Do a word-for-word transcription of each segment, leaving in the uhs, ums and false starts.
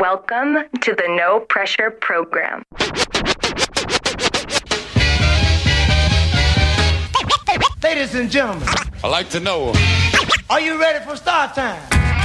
Welcome to the No Pressure Program. Ladies and gentlemen, I'd like to know, are you ready for start time?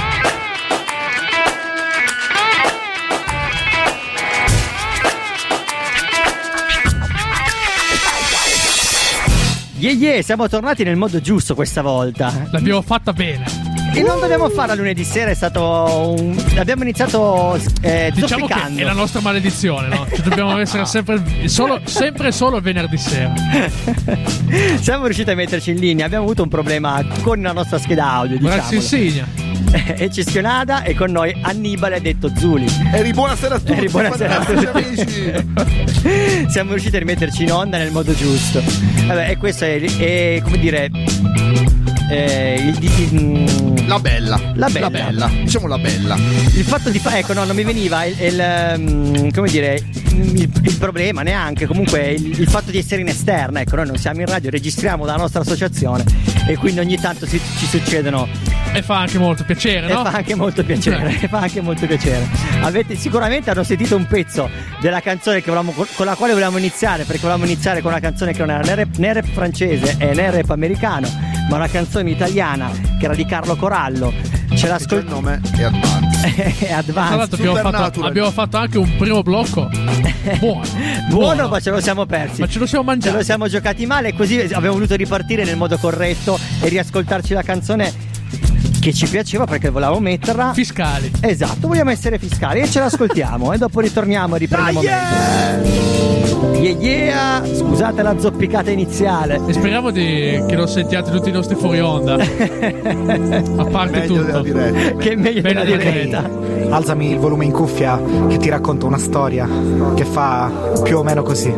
Yeah yeah, siamo tornati nel modo giusto questa volta. L'abbiamo fatta bene. E non dobbiamo farla lunedì sera, è stato un... abbiamo iniziato eh, diciamo zoppicando. Che è la nostra maledizione, no? Cioè dobbiamo essere sempre solo, sempre solo il venerdì sera. Siamo riusciti a metterci in linea, abbiamo avuto un problema con la nostra scheda audio, diciamo. Grazie Insignia. E Cischionada e con noi Annibale ha detto Zuli. Eri buonasera a tutti. Eri buonasera a tutti amici. Siamo riusciti a rimetterci in onda nel modo giusto. Vabbè, e questo è, è come dire eh, il, il, il, la bella La bella La bella Diciamo la bella il fatto di fare, ecco, no, non mi veniva il, il come dire il, il problema neanche, comunque il, il fatto di essere in esterna, ecco, noi non siamo in radio, registriamo dalla nostra associazione e quindi ogni tanto si, ci succedono. E fa anche molto piacere, no? E fa anche molto piacere, e fa anche molto piacere. Avete sicuramente hanno sentito un pezzo della canzone che volevamo, con la quale volevamo iniziare, perché volevamo iniziare con una canzone che non era né rap, né rap francese e né rap americano, ma una canzone italiana che era di Carlo Corallo. Ce l'ascoltiamo. Il nome è Advance. È Advance. Tra l'altro abbiamo fatto, abbiamo fatto anche un primo blocco buono. Buono, buono, ma ce lo siamo persi. Ma ce lo siamo mangiati. Ce lo siamo giocati male e così abbiamo voluto ripartire nel modo corretto e riascoltarci la canzone che ci piaceva perché volevamo metterla fiscali. Esatto, vogliamo essere fiscali e ce l'ascoltiamo e dopo ritorniamo e riprendiamo ah, yeah! yeah yeah. Scusate la zoppicata iniziale e speriamo di, che non sentiate tutti i nostri fuori onda. A parte meglio tutto della diretta. Che è meglio della diretta. Alzami il volume in cuffia che ti racconto una storia che fa più o meno così.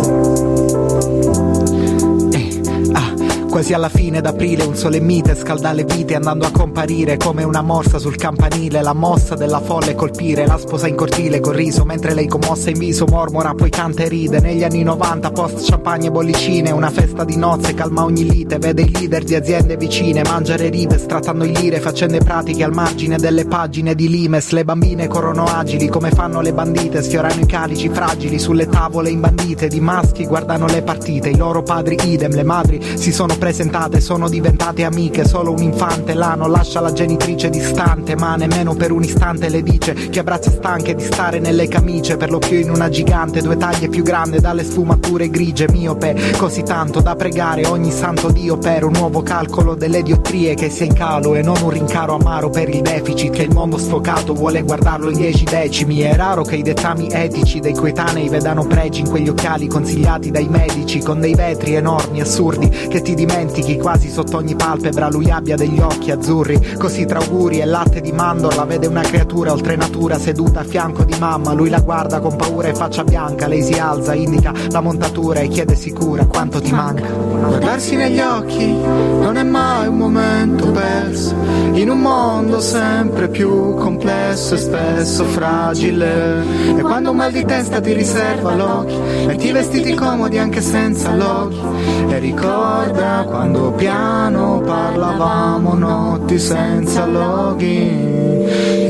Quasi alla fine d'aprile un sole mite scalda le vite andando a comparire come una morsa sul campanile, la mossa della folle colpire la sposa in cortile col riso mentre lei commossa in viso mormora poi canta e ride. Negli anni novanta post champagne e bollicine una festa di nozze calma ogni lite, vede i leader di aziende vicine mangiare rive strattando in lire faccende pratiche al margine delle pagine di Limes. Le bambine corrono agili come fanno le bandite, sfiorano i calici fragili sulle tavole imbandite di maschi guardano le partite, i loro padri idem, le madri si sono presentate, sono diventate amiche, solo un infante là non lascia la genitrice distante, ma nemmeno per un istante le dice che abbraccia stanche di stare nelle camicie, per lo più in una gigante, due taglie più grande dalle sfumature grigie, miope, così tanto da pregare ogni santo Dio per un nuovo calcolo delle diottrie che sia in calo e non un rincaro amaro per il deficit che il mondo sfocato vuole guardarlo in dieci decimi. È raro che i dettami etici dei coetanei vedano pregi in quegli occhiali consigliati dai medici con dei vetri enormi assurdi che ti dimentichi quasi sotto ogni palpebra lui abbia degli occhi azzurri, così tra auguri e latte di mandorla vede una creatura oltre natura seduta a fianco di mamma, lui la guarda con paura e faccia bianca, lei si alza, indica la montatura e chiede sicura quanto ti manca. Guardarsi negli occhi non è mai un momento perso in un mondo sempre più complesso e spesso fragile, e quando un mal di testa ti riserva l'occhio metti i vestiti comodi anche senza l'occhio e ricorda quando piano parlavamo notti senza loghi,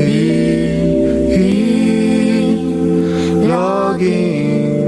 loghi.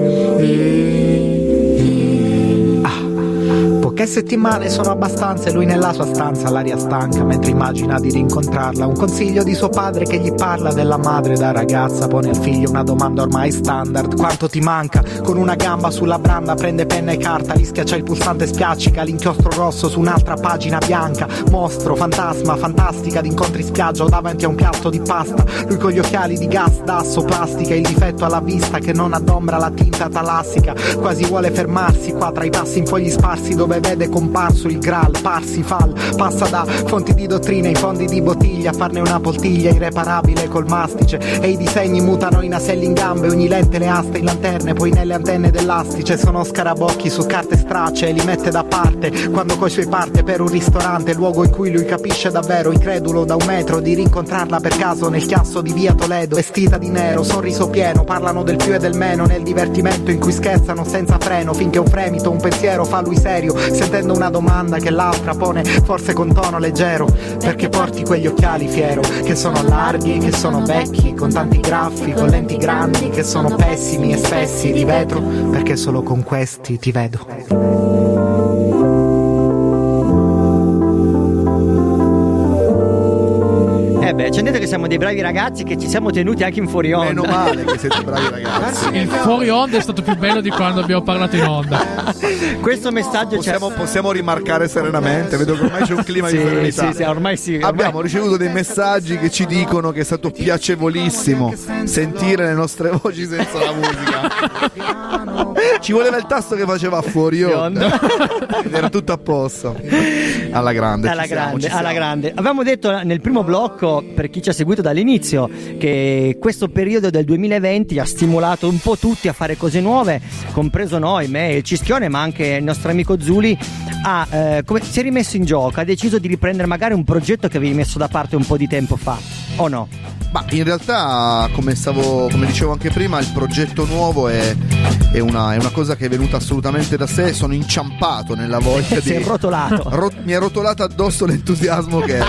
Poche settimane sono abbastanza e lui nella sua stanza l'aria stanca mentre immagina di rincontrarla, un consiglio di suo padre che gli parla della madre da ragazza, pone al figlio una domanda ormai standard: quanto ti manca? Con una gamba sulla branda prende penna e carta, gli schiaccia il pulsante, spiaccica l'inchiostro rosso su un'altra pagina bianca, mostro, fantasma, fantastica d'incontri spiaggia o davanti a un piatto di pasta, lui con gli occhiali di gas, d'asso, plastica, il difetto alla vista che non adombra la tinta talassica, quasi vuole fermarsi qua tra i passi in fogli sparsi dove vede comparso il Graal, Parsifal, passa da fonti di dottrina ai fondi di bottiglia a farne una poltiglia irreparabile col mastice, e i disegni mutano in aselli in gambe, ogni lente le aste in lanterne, poi nelle antenne dell'astice sono scarabocchi su carte stracce e li mette da parte parte, quando coi suoi parte per un ristorante, luogo in cui lui capisce davvero, incredulo da un metro, di rincontrarla per caso nel chiasso di via Toledo, vestita di nero, sorriso pieno, parlano del più e del meno, nel divertimento in cui scherzano senza freno, finché un fremito, un pensiero fa lui serio, sentendo una domanda che l'altra pone, forse con tono leggero, perché porti quegli occhiali fiero, che sono larghi, che sono vecchi, con tanti graffi, con lenti grandi, che sono pessimi e spessi di vetro, perché solo con questi ti vedo. Eh beh, ci hanno detto che siamo dei bravi ragazzi, che ci siamo tenuti anche in fuori onda. Meno male che siete bravi ragazzi. Il fuori onda è stato più bello di quando abbiamo parlato in onda. Questo messaggio Possiamo, c'è... possiamo rimarcare serenamente. Vedo che ormai c'è un clima Sì, di serenità. sì, sì, ormai sì, ormai- Abbiamo ricevuto dei messaggi che ci dicono che è stato piacevolissimo sentire le nostre voci senza la musica. Ci voleva il tasto che faceva fuori onda. Ed era tutto a posto. Alla grande. alla ci siamo, grande, ci siamo. alla grande. Avevamo detto nel primo blocco, per chi ci ha seguito dall'inizio, che questo periodo del duemilaventi ha stimolato un po' tutti a fare cose nuove, compreso noi, me e il Cischione, ma anche il nostro amico Zuli. Ha, eh, come, si è rimesso in gioco, ha deciso di riprendere magari un progetto che avevi messo da parte un po' di tempo fa, o no? Ma in realtà, come stavo, come dicevo anche prima, il progetto nuovo è, è, una, è una cosa che è venuta assolutamente da sé. Sono inciampato nella voglia di. Si è rotolato. Ro- mi è rotolato addosso l'entusiasmo che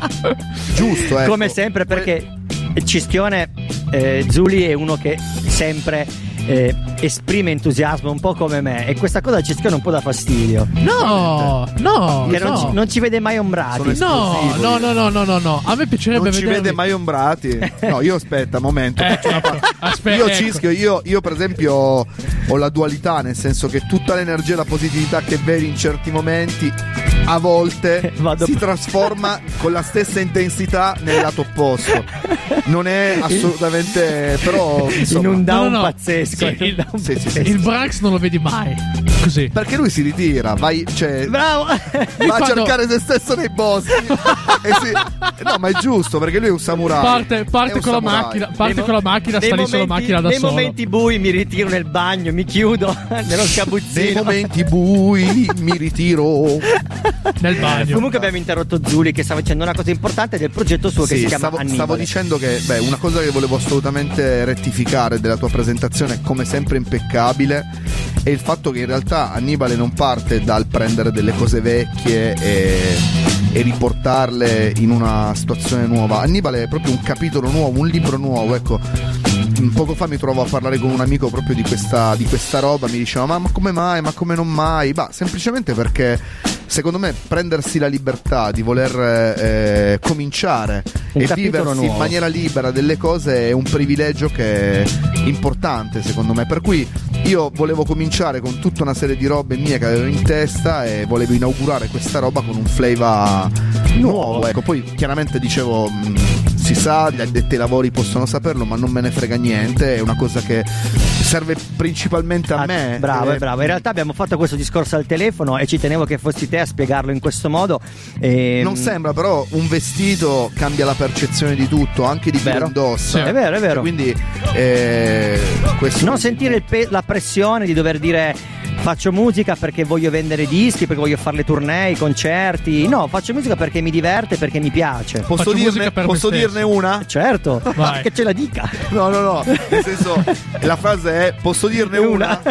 giusto, ecco. Come sempre, perché Cischione, eh, Zuli è uno che sempre eh, esprime entusiasmo, un po' come me, e questa cosa a Cischione un po' dà fastidio, No, no, che non, no. ci, non ci vede mai ombrati. No, no, no, no, no, no, no. A me piacerebbe Non ci vedervi- vede mai ombrati. No, io aspetta, momento. Ecco, aspetta, Io ecco. Cischio, io, io per esempio ho, ho la dualità, nel senso che tutta l'energia e la positività che vedi in certi momenti a volte Vado- si trasforma con la stessa intensità nel lato opposto. Non è assolutamente, però insomma, in un down No, no, no. pazzesco, Sì, in un il- down sì, sì, sì. Il Branx non lo vedi mai così. perché lui si ritira, vai, cioè, Bravo. va a quando- cercare se stesso nei boschi. E si- no, ma è giusto, perché lui è un samurai. Parte, parte È un con la samurai. macchina, parte Nei con la mo- macchina, nei sta lì sulla momenti- macchina da nei solo. momenti bui mi ritiro nel bagno, mi chiudo nello Nei sgabuzzino. momenti bui mi ritiro. Nel bagno. Comunque abbiamo interrotto Zuli che stava dicendo una cosa importante del progetto suo che Sì, si chiama stavo, Annibale. stavo dicendo che beh, una cosa che volevo assolutamente rettificare della tua presentazione, come sempre impeccabile, è il fatto che in realtà Annibale non parte dal prendere delle cose vecchie e, e riportarle in una situazione nuova. Annibale è proprio un capitolo nuovo, un libro nuovo, ecco. Poco fa mi trovo a parlare con un amico proprio di questa, di questa roba, mi diceva ma, ma come mai, ma come non mai? Bah, semplicemente perché secondo me prendersi la libertà di voler eh, cominciare Un e capitolo viversi nuovo. in maniera libera delle cose è un privilegio che è importante secondo me, per cui io volevo cominciare con tutta una serie di robe mie che avevo in testa e volevo inaugurare questa roba con un flavor nuovo, ecco. Poi chiaramente dicevo mh, si sa, gli addetti ai lavori possono saperlo, ma non me ne frega niente, è una cosa che serve principalmente a Ah, me. bravo, Eh, bravo. In realtà abbiamo fatto questo discorso al telefono e ci tenevo che fossi te a spiegarlo in questo modo. E, Non sembra, però un vestito cambia la percezione di tutto, anche di chi Vero. lo indossa. Sì, è vero, è vero. Quindi eh, questo non sentire il pe- la pressione di dover dire faccio musica perché voglio vendere dischi, perché voglio fare le tournée, i concerti. No, faccio musica perché mi diverte, perché mi piace. Posso, Faccio musica dirne, per posso me stesso. dirne una? Certo, Vai. che ce la dica. No, no, no. Nel senso, la frase è posso dirne una?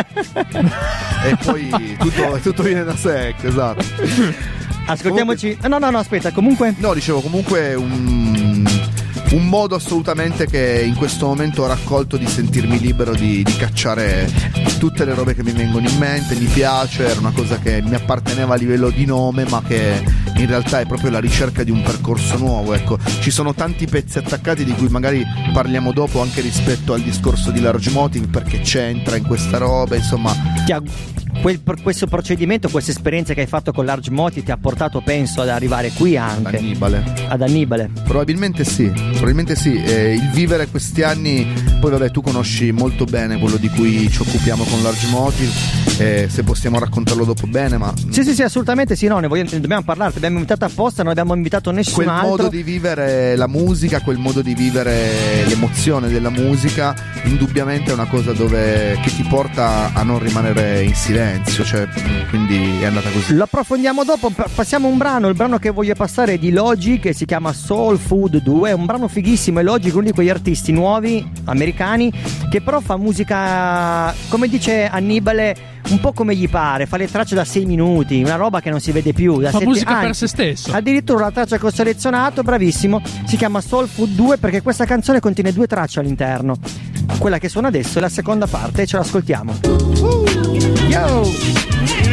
E poi tutto, tutto viene da sé, ecco, esatto. Ascoltiamoci. No, no, no, aspetta, comunque. No, dicevo, comunque un, un modo assolutamente che in questo momento ho raccolto di sentirmi libero di, di cacciare tutte le robe che mi vengono in mente. Mi piace, era una cosa che mi apparteneva a livello di nome, ma che in realtà è proprio la ricerca di un percorso nuovo, ecco. Ci sono tanti pezzi attaccati di cui magari parliamo dopo, anche rispetto al discorso di Large Motive, perché c'entra in questa roba, insomma. Ti ha- quel- questo procedimento, questa esperienza che hai fatto con Large Motive ti ha portato, penso, ad arrivare qui anche. Annibale. Ad Annibale. Probabilmente sì, probabilmente sì. Eh, il vivere questi anni, poi vabbè, tu conosci molto bene quello di cui ci occupiamo con Large Motive, eh, se possiamo raccontarlo dopo bene, ma Sì, sì, sì, assolutamente sì, no, ne, vogliamo, ne dobbiamo parlare, ti abbiamo invitato apposta, non abbiamo invitato nessun quel altro. modo di vivere la musica, quel modo di vivere l'emozione della musica indubbiamente è una cosa dove che ti porta a non rimanere in silenzio, cioè, quindi è andata così. Lo approfondiamo dopo. Passiamo un brano. Il brano che voglio passare è di Logic, che si chiama Soul Food due. È un brano fighissimo. E Logic è uno di quegli artisti nuovi americani che però fa musica, come dice Annibale, un po' come gli pare. Fa le tracce da sei minuti, una roba che non si vede più da fa sette... musica anzi, per se stesso. Addirittura la traccia che ho selezionato, bravissimo, si chiama Soul Food due perché questa canzone contiene due tracce all'interno. Quella che suona adesso è la seconda parte e ce l'ascoltiamo. uh, Yo!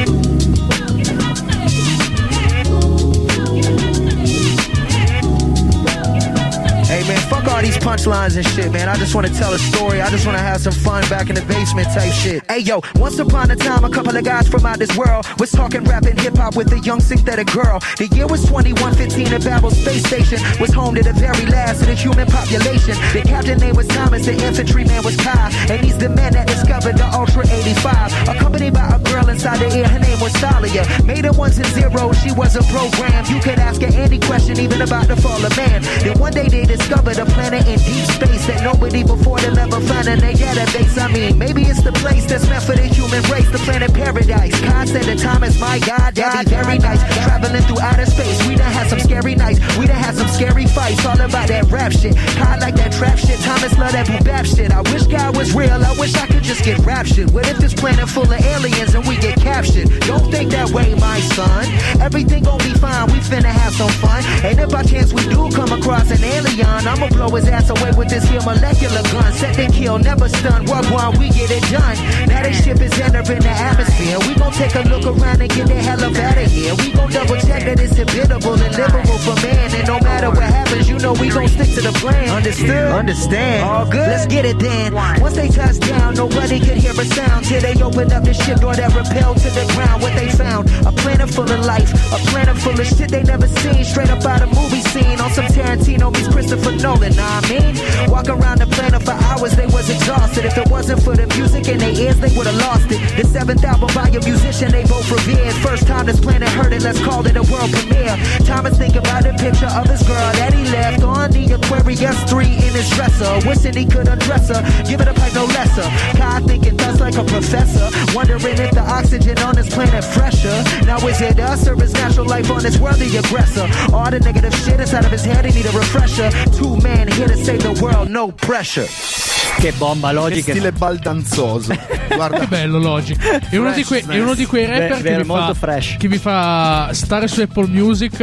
Hey man, fuck all these punchlines and shit, man. I just wanna tell a story. I just wanna have some fun back in the basement type shit. Hey yo, once upon a time, a couple of guys from out this world was talking rap and hip hop with a young synthetic girl. The year was twenty-one fifteen, and Babel Space Station was home to the very last of the human population. The captain name was Thomas, the infantryman was Kai, and he's the man that discovered the Ultra eighty-five. Accompanied by a girl inside the ear, her name was Thalia. Made her ones and zeros, she was a program. You could ask her any question, even about the fall of man. Then one day they discovered a planet in deep space that nobody before them ever found in their database. I mean, maybe it's the place that's meant for the human race, the planet paradise. God said that Thomas, my God, that'd be very nice. Traveling through outer space, we done had some scary nights. We done had some scary fights, all about that rap shit. God like that trap shit, Thomas love that boom bap shit. I wish God was real, I wish I could just get raptured. What if this planet full of aliens and we get captured? Don't think that way, my son. Everything gon' be fine, we finna have some fun. And if by chance we do come across an alien, I'ma blow his ass away with this here molecular gun. Set and kill, never stun, walk while we get it done. Now this ship is entering the atmosphere. We gon' take a look around and get the hell up out of here. We gon' double check that it's habitable and livable for man. And no matter what happens, you know we gon' stick to the plan. Understood? Understand? All good? Let's get it then. Once they touch down, nobody could hear a sound till they opened up the ship door that repelled to the ground. What they found? A planet full of life, a planet full of shit they never seen. Straight up out of movie scene on some Tarantino meets Christopher Nolan. Nah, I mean, walk around the planet for hours, they was exhausted. If it wasn't for the music in their ears, they would've lost it. The seventh album by a musician they both revered. First time this planet heard it, let's call it a world premiere. Thomas think about the picture of his girl that he left on the Aquarius three in his dresser. Wishing he could undress her, give it a pipe no lesser. Kai thinking thus like a professor, wondering if the oxygen on this planet fresher. Now is it us or is natural life on this world the aggressor? All the negative shit inside of his head, he need a refresher. Two man here to save the world, no pressure. Che bomba, Logic. Che stile baldanzoso. Guarda. Che bello Logic. È uno, di quei, è uno di quei rapper Beh, che, beh, mi molto fa, fresh. che mi fa stare su Apple Music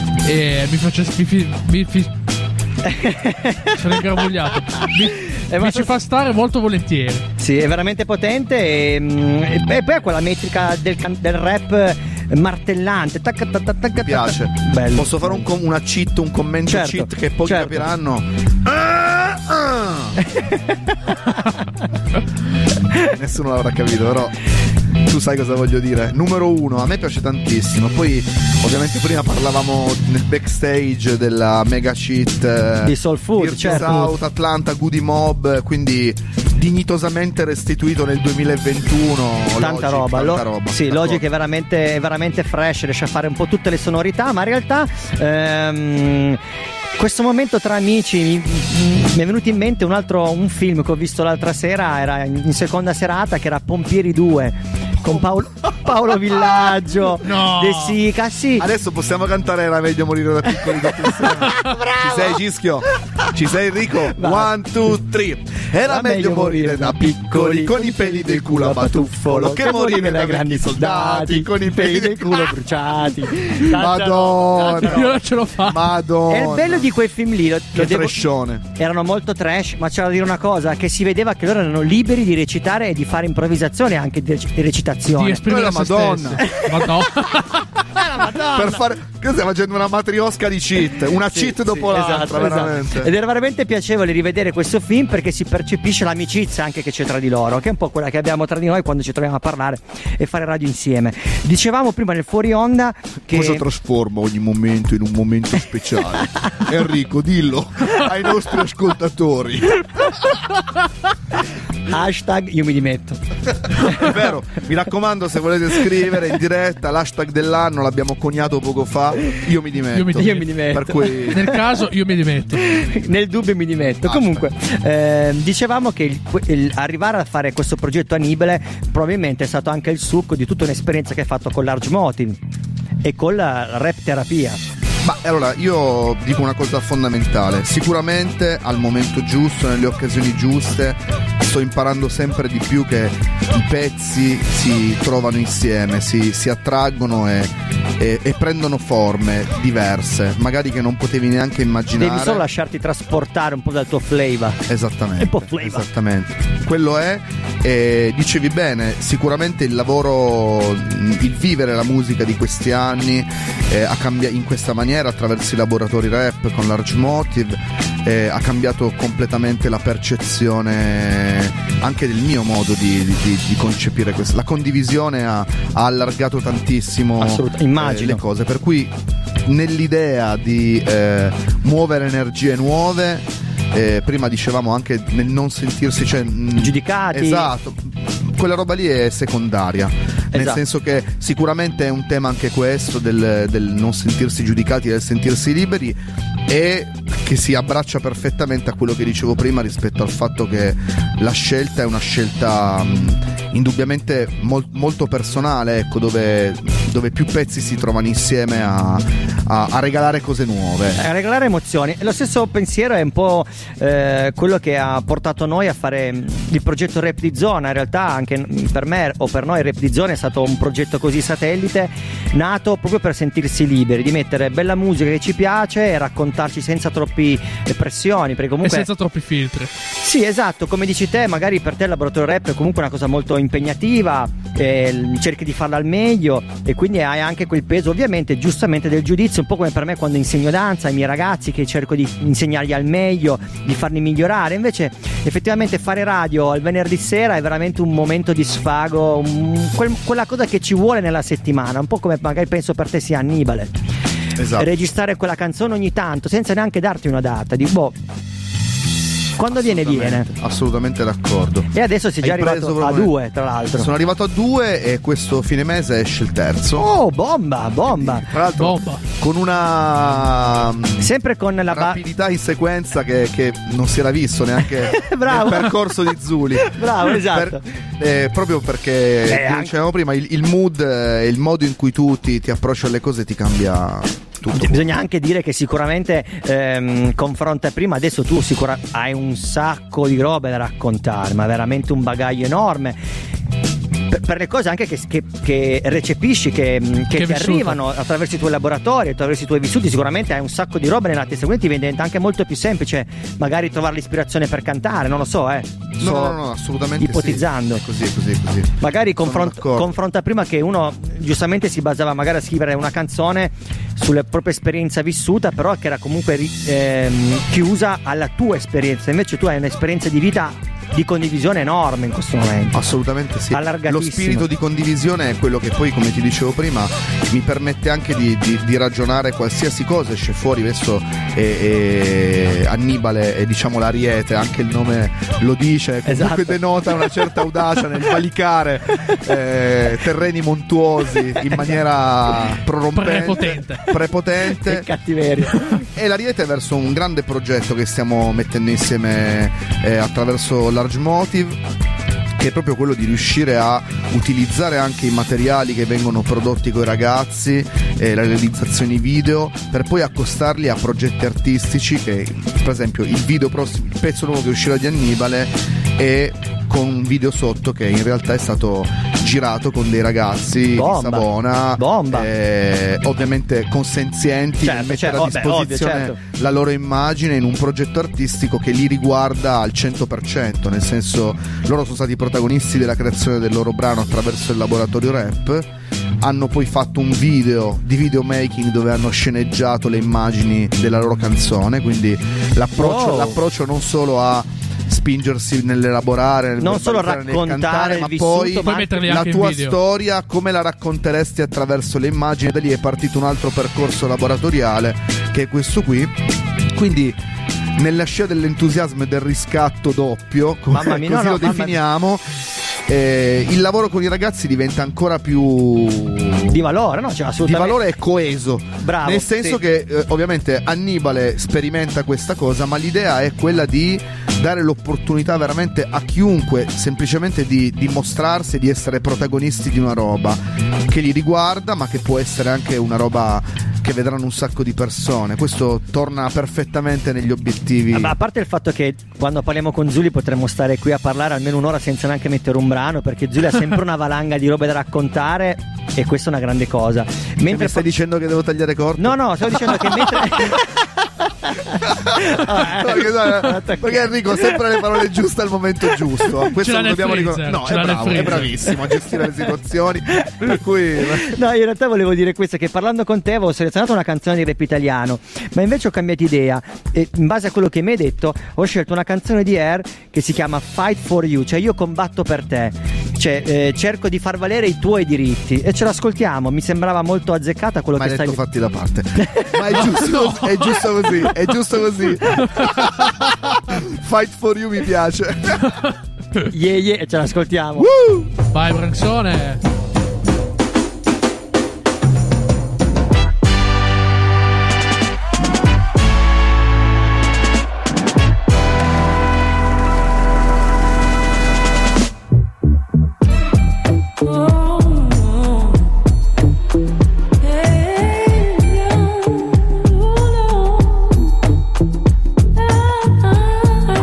e mi faccia mi, fi, mi fi, sono ingarbugliato. Mi, Eh, mi ma ci fa stare molto volentieri. Sì, è veramente potente e, e, e poi ha quella metrica del, del rap martellante. Tac, tac, tac, tac, Mi piace. Bello. Posso fare un, com- una cheat, un commento Certo, cheat che poi certo. capiranno. Ah, ah. Nessuno l'avrà capito, però tu sai cosa voglio dire. Numero uno, a me piace tantissimo. Poi ovviamente prima parlavamo nel backstage della mega cheat eh, di Soul Food, Dirty certo. South, Atlanta, Goody Mob, quindi dignitosamente restituito nel duemilaventuno. Tanta Logic, roba, tanta Lo- roba. Sì, D'accordo. Logic è veramente, è veramente fresh, riesce a fare un po' tutte le sonorità, ma in realtà ehm, questo momento tra amici mi, mi è venuto in mente un altro un film che ho visto l'altra sera, era in, in seconda serata, che era Pompieri due con Paolo, Paolo Villaggio, No. De Sica, sì. Adesso possiamo cantare Era meglio morire da piccoli tutti insieme. Ci sei Gischio? Ci sei Enrico? Vai. One, two, three. Era meglio morire da piccoli con i peli del culo a batuffolo che morire da grandi soldati con i peli del culo bruciati. Madonna. Io non ce l'ho fatta. Madonna. E il bello di quei film lì, lo, lo Che devo- trashone. erano molto trash, ma c'era da dire una cosa, che si vedeva che loro erano liberi di recitare e di fare improvvisazione anche di, di recitazione. Di esprimere Quella se Madonna. stessi. Madonna. Per fare che stiamo facendo una matriosca di cheat, una Sì, cheat sì, dopo l'altra, esatto, veramente. esatto. Ed era veramente piacevole rivedere questo film perché si percepisce l'amicizia anche che c'è tra di loro, che è un po' quella che abbiamo tra di noi quando ci troviamo a parlare e fare radio insieme. Dicevamo prima nel fuori onda che Cosa trasforma ogni momento in un momento speciale? Enrico, dillo ai nostri ascoltatori. Hashtag io mi dimetto. È vero, mi raccomando, se volete scrivere in diretta l'hashtag dell'anno, l'abbiamo coniato poco fa, io mi dimetto. Io mi Io mi dimetto. Per cui Nel caso io mi dimetto. Nel dubbio mi dimetto. Ah, Comunque, eh, dicevamo che il, il- arrivare a fare questo progetto Annibale probabilmente è stato anche il succo di tutta un'esperienza che hai fatto con Large Motive e con la rap terapia. Ma allora io dico una cosa fondamentale: sicuramente al momento giusto, nelle occasioni giuste, sto imparando sempre di più che i pezzi si trovano insieme, si, si attraggono e, e, e prendono forme diverse, magari che non potevi neanche immaginare. Devi solo lasciarti trasportare un po' dal tuo flavor. Esattamente, Un po' flavor. esattamente. Quello è, e dicevi bene, sicuramente il lavoro, il vivere la musica di questi anni eh, ha cambiato in questa maniera attraverso i laboratori rap con Large Motive, eh, ha cambiato completamente la percezione anche del mio modo di, di, di concepire questo. La condivisione ha, ha allargato tantissimo Assolutamente, immagino. eh, le cose, per cui nell'idea di eh, muovere energie nuove, eh, prima dicevamo anche nel non sentirsi, cioè, mh, Giudicati. esatto, quella roba lì è secondaria, nel Esatto. senso che sicuramente è un tema anche questo del, del non sentirsi giudicati, del sentirsi liberi, e che si abbraccia perfettamente a quello che dicevo prima rispetto al fatto che la scelta è una scelta mh, indubbiamente mol- molto personale, ecco, dove, dove più pezzi si trovano insieme a, a, a regalare cose nuove. A regalare emozioni. E lo stesso pensiero è un po' eh, quello che ha portato noi a fare mh, il progetto Rap di Zona. In realtà anche mh, per me o per noi Rap di Zona è stato un progetto così satellite, nato proprio per sentirsi liberi, di mettere bella musica che ci piace e raccontarci senza troppi eh, pressioni, perché E comunque senza troppi filtri. sì, esatto, come dici te, magari per te il laboratorio rap è comunque una cosa molto impegnativa, eh, cerchi di farla al meglio e quindi hai anche quel peso ovviamente giustamente del giudizio, un po' come per me quando insegno danza ai miei ragazzi, che cerco di insegnargli al meglio, di farli migliorare. Invece effettivamente fare radio al venerdì sera è veramente un momento di sfago, un- quel- quella cosa che ci vuole nella settimana, un po' come magari penso per te sia Annibale. Esatto. Registrare quella canzone ogni tanto senza neanche darti una data, di boh, quando viene viene. Assolutamente d'accordo. E adesso sei già Hai preso arrivato a proprio- due, tra l'altro. Sono arrivato a due e questo fine mese esce il terzo. Oh, bomba, bomba. Tra l'altro Bomba. con una mm, Sempre con la ba- rapidità in sequenza che, che non si era visto neanche Bravo. nel percorso di Zuli. Bravo, esatto. Per- eh, proprio perché, Eh, come anche- dicevamo prima, il, il mood e il modo in cui tu ti, ti approcci alle cose ti cambia tutto. Bisogna anche dire che sicuramente ehm, confronta prima, adesso tu sicura hai un sacco di robe da raccontare, ma veramente un bagaglio enorme. Per, per le cose anche che, che- che recepisci, che, che Che ti vissuto. arrivano attraverso i tuoi laboratori, attraverso i tuoi vissuti, sicuramente hai un sacco di robe nella testa, quindi diventa anche molto più semplice magari trovare l'ispirazione per cantare, non lo so, eh. No, Sto no, no, assolutamente ipotizzando. sì. È così, è così, è così. Magari Sono confront- d'accordo. confronta prima che uno giustamente si basava magari a scrivere una canzone sulla propria esperienza vissuta, però che era comunque ri- ehm, chiusa alla tua esperienza. Invece tu hai un'esperienza di vita di condivisione enorme in questo momento. Assolutamente sì. Allargatissimo. Lo spirito di condivisione è quello che poi, come ti dicevo prima, mi permette anche di, di- di ragionare qualsiasi cosa esce fuori. Adesso è, è Annibale è, diciamo, l'ariete, anche il nome lo dice, comunque Esatto. denota una certa audacia nel valicare eh, terreni montuosi in maniera prorompente, Prepotente. prepotente. Che cattiveria. E l'ariete è verso un grande progetto che stiamo mettendo insieme eh, attraverso Large Motive, che è proprio quello di riuscire a utilizzare anche i materiali che vengono prodotti coi ragazzi, eh, le realizzazioni video, per poi accostarli a progetti artistici. Che per esempio il video prossimo, il pezzo nuovo che uscirà di Annibale è con un video sotto che in realtà è stato girato con dei ragazzi Bomba. di Savona, Bomba. eh, ovviamente consenzienti Certo, di mettere certo, a vabbè, disposizione ovvio, certo. la loro immagine in un progetto artistico che li riguarda al cento per cento, nel senso, loro sono stati protagonisti della creazione del loro brano attraverso il laboratorio rap, hanno poi fatto un video di videomaking dove hanno sceneggiato le immagini della loro canzone, quindi l'approccio, Wow. l'approccio non solo a spingersi nell'elaborare, nel Non solo verbalizzare, nel raccontare cantare, il ma vissuto, poi ma Puoi metterli la anche in tua video. storia come la racconteresti attraverso le immagini. Da lì è partito un altro percorso laboratoriale che è questo qui. Quindi nella scia dell'entusiasmo e del riscatto doppio, Mamma mia, così no, lo no, definiamo. Eh, il lavoro con i ragazzi diventa ancora più di valore, no? Cioè, assolutamente. di valore e coeso. Bravo, nel senso sì. che eh, ovviamente Annibale sperimenta questa cosa, ma l'idea è quella di dare l'opportunità veramente a chiunque semplicemente di dimostrarsi e di essere protagonisti di una roba che li riguarda, ma che può essere anche una roba che vedranno un sacco di persone. Questo torna perfettamente negli obiettivi. Ma a parte il fatto che quando parliamo con Zuli potremmo stare qui a parlare almeno un'ora senza neanche mettere un brano, perché Zuli ha sempre una valanga di robe da raccontare e questa è una grande cosa. Mentre mi stai dicendo che devo tagliare corto? No, no, stavo dicendo che mentre perché, no, perché Enrico sempre le parole giuste al momento giusto. Questo lo dobbiamo ricordare. No, è bravo, è bravissimo a gestire le situazioni. Per cui no, in realtà volevo dire questo, che parlando con te avevo selezionato una canzone di rap italiano, ma invece ho cambiato idea e in base a quello che mi hai detto ho scelto una canzone di Air che si chiama Fight for You, cioè io combatto per te, cioè eh, cerco di far valere i tuoi diritti, e ce l'ascoltiamo. Mi sembrava molto azzeccata quello ma che hai stai detto fatti da parte. Ma è giusto, è giusto così, è giusto così. Fight for You mi piace. Yeah yeah, e ce l'ascoltiamo. Woo! Vai Branzone.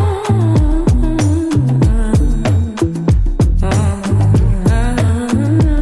Ah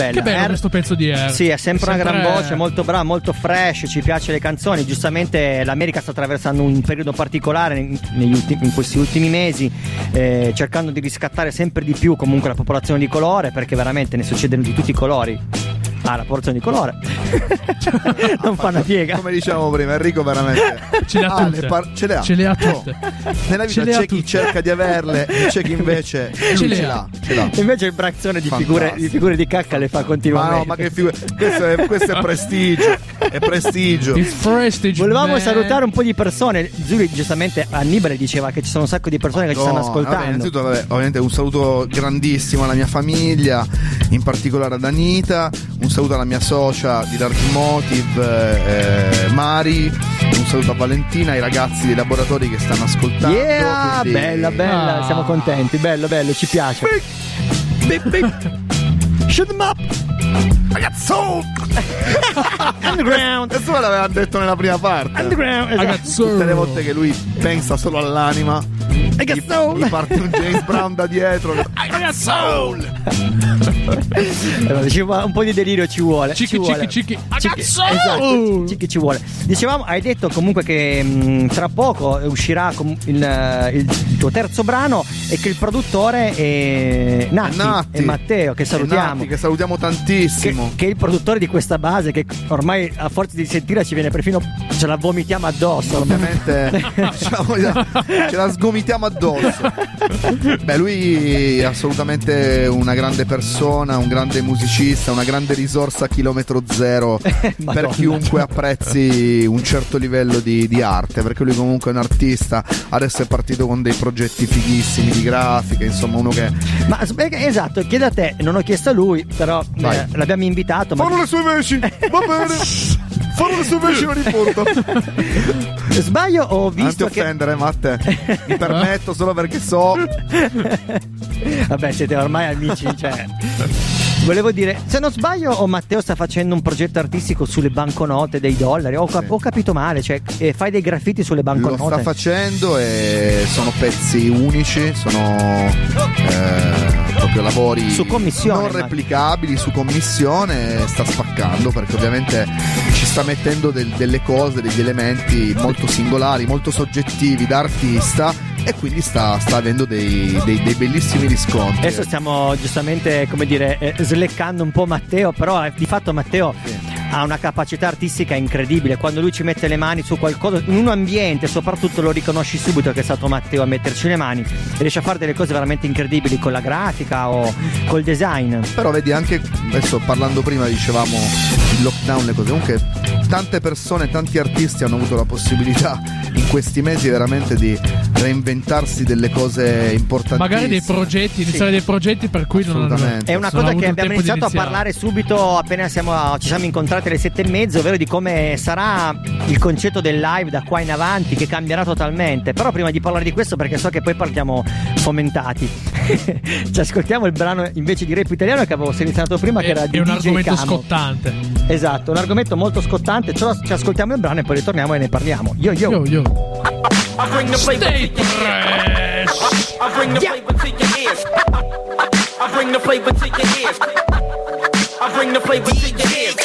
bella. Che bello R- questo pezzo di R. Sì, è sempre, Sempre- una gran voce, molto brava, molto fresh, ci piace le canzoni. Giustamente l'America sta attraversando un periodo particolare in, negli ultimi, in questi ultimi mesi, eh, cercando di riscattare sempre di più comunque la popolazione di colore, perché veramente ne succedono di tutti i colori. Ah, la porzione di colore non fa una piega. Come dicevamo prima, Enrico veramente Ce le ha ah, tutte. le par- ce le ha, Ce le ha No. tutte. Nella Ce vita le ha c'è chi tutte. cerca di averle e c'è chi invece lui Ce le ce ha. l'ha, ce l'ha. Invece il Braxone di figure, Fantastico. di figure di cacca le fa Ma continuamente. no, ma che figura, questo è, questo è prestigio, è prestigio. It's prestige, Volevamo man. salutare un po' di persone. Zuri, giustamente, Annibale diceva che ci sono un sacco di persone che ci stanno No, ascoltando. vabbè, innanzitutto, vabbè, ovviamente un saluto grandissimo alla mia famiglia, in particolare ad Anita, un saluto alla mia socia di Dark Motive, eh, Mari, un saluto a Valentina, ai ragazzi dei laboratori che stanno ascoltando. Yeah, quindi- bella, bella, Ah. siamo contenti, bello, bello, ci piace. Bip, bip. Shoot 'em up. Ragazzo! Underground. Questo me l'avevano detto nella prima parte. Underground. Esatto. Ragazzo. Tutte le volte che lui pensa solo all'anima, I got gli, soul. gli parte un James Brown da dietro. I got soul! Allora, diceva, un po' di delirio ci vuole. Cicchi, ci vuole. cicchi, cicchi. Cicchi, Ragazzo! esatto, cicchi ci vuole. Dicevamo, hai detto comunque che mh, tra poco uscirà com- il, il tuo terzo brano e che il produttore è Natti, Natti. e Matteo, che E salutiamo. Natti, che salutiamo Che, tantissimo. che è il produttore di questa base che ormai a forza di sentirla ci viene perfino, ce la vomitiamo addosso. Ovviamente diciamo, ce la sgomitiamo addosso. Beh, lui è assolutamente una grande persona, un grande musicista, una grande risorsa a chilometro zero per Madonna. chiunque apprezzi un certo livello di, di arte, perché lui comunque è un artista, adesso è partito con dei progetti fighissimi di grafica, insomma uno che Ma eh, esatto, chiedo a te, non ho chiesto a lui, però Vai. eh, l'abbiamo invitato. Ma fanno le sue veci, va bene, fanno le sue veci, lo riporto. sbaglio o ho Non ti visto che offendere, Matte, mi permetto solo perché so. vabbè, siete ormai amici, cioè. Volevo dire, se non sbaglio, o Matteo sta facendo un progetto artistico sulle banconote dei dollari. Ho, cap- Sì. ho capito male, cioè eh, fai dei graffiti sulle Lo banconote. sta facendo e sono pezzi unici, sono eh, proprio lavori Su commissione, non ma- replicabili, su commissione. Sta spaccando perché ovviamente ci sta mettendo del- delle cose, degli elementi molto singolari, molto soggettivi da artista, e quindi sta, sta avendo dei, dei- dei bellissimi riscontri. Adesso stiamo giustamente, come dire, eh, sleccando un po' Matteo, però eh, di fatto Matteo ha una capacità artistica incredibile. Quando lui ci mette le mani su qualcosa, in un ambiente soprattutto, lo riconosci subito che è stato Matteo a metterci le mani e riesce a fare delle cose veramente incredibili con la grafica o col design. Però vedi, anche adesso parlando prima dicevamo il lockdown, le cose, comunque tante persone, tanti artisti hanno avuto la possibilità in questi mesi veramente di reinventarsi delle cose importantissime. Magari dei progetti, iniziare dei progetti per cui non Assolutamente. È una Non ho cosa avuto che il abbiamo tempo di iniziato a iniziare. parlare subito appena siamo, ci siamo incontrati alle sette e mezza, ovvero di come sarà il concetto del live da qua in avanti, che cambierà totalmente. Però prima di parlare di questo, perché so che poi partiamo fomentati, ci ascoltiamo il brano invece di rap italiano che avevo selezionato prima, che È, era di è un D J argomento Camo. scottante. Esatto, un argomento molto scottante. Ce lo- ci ascoltiamo il brano e poi ritorniamo e ne parliamo. Yo yo, Yo, yo. Stay fresh. I bring the flavor to your ears. I bring the flavor to your ears. I bring the flavor to your ears.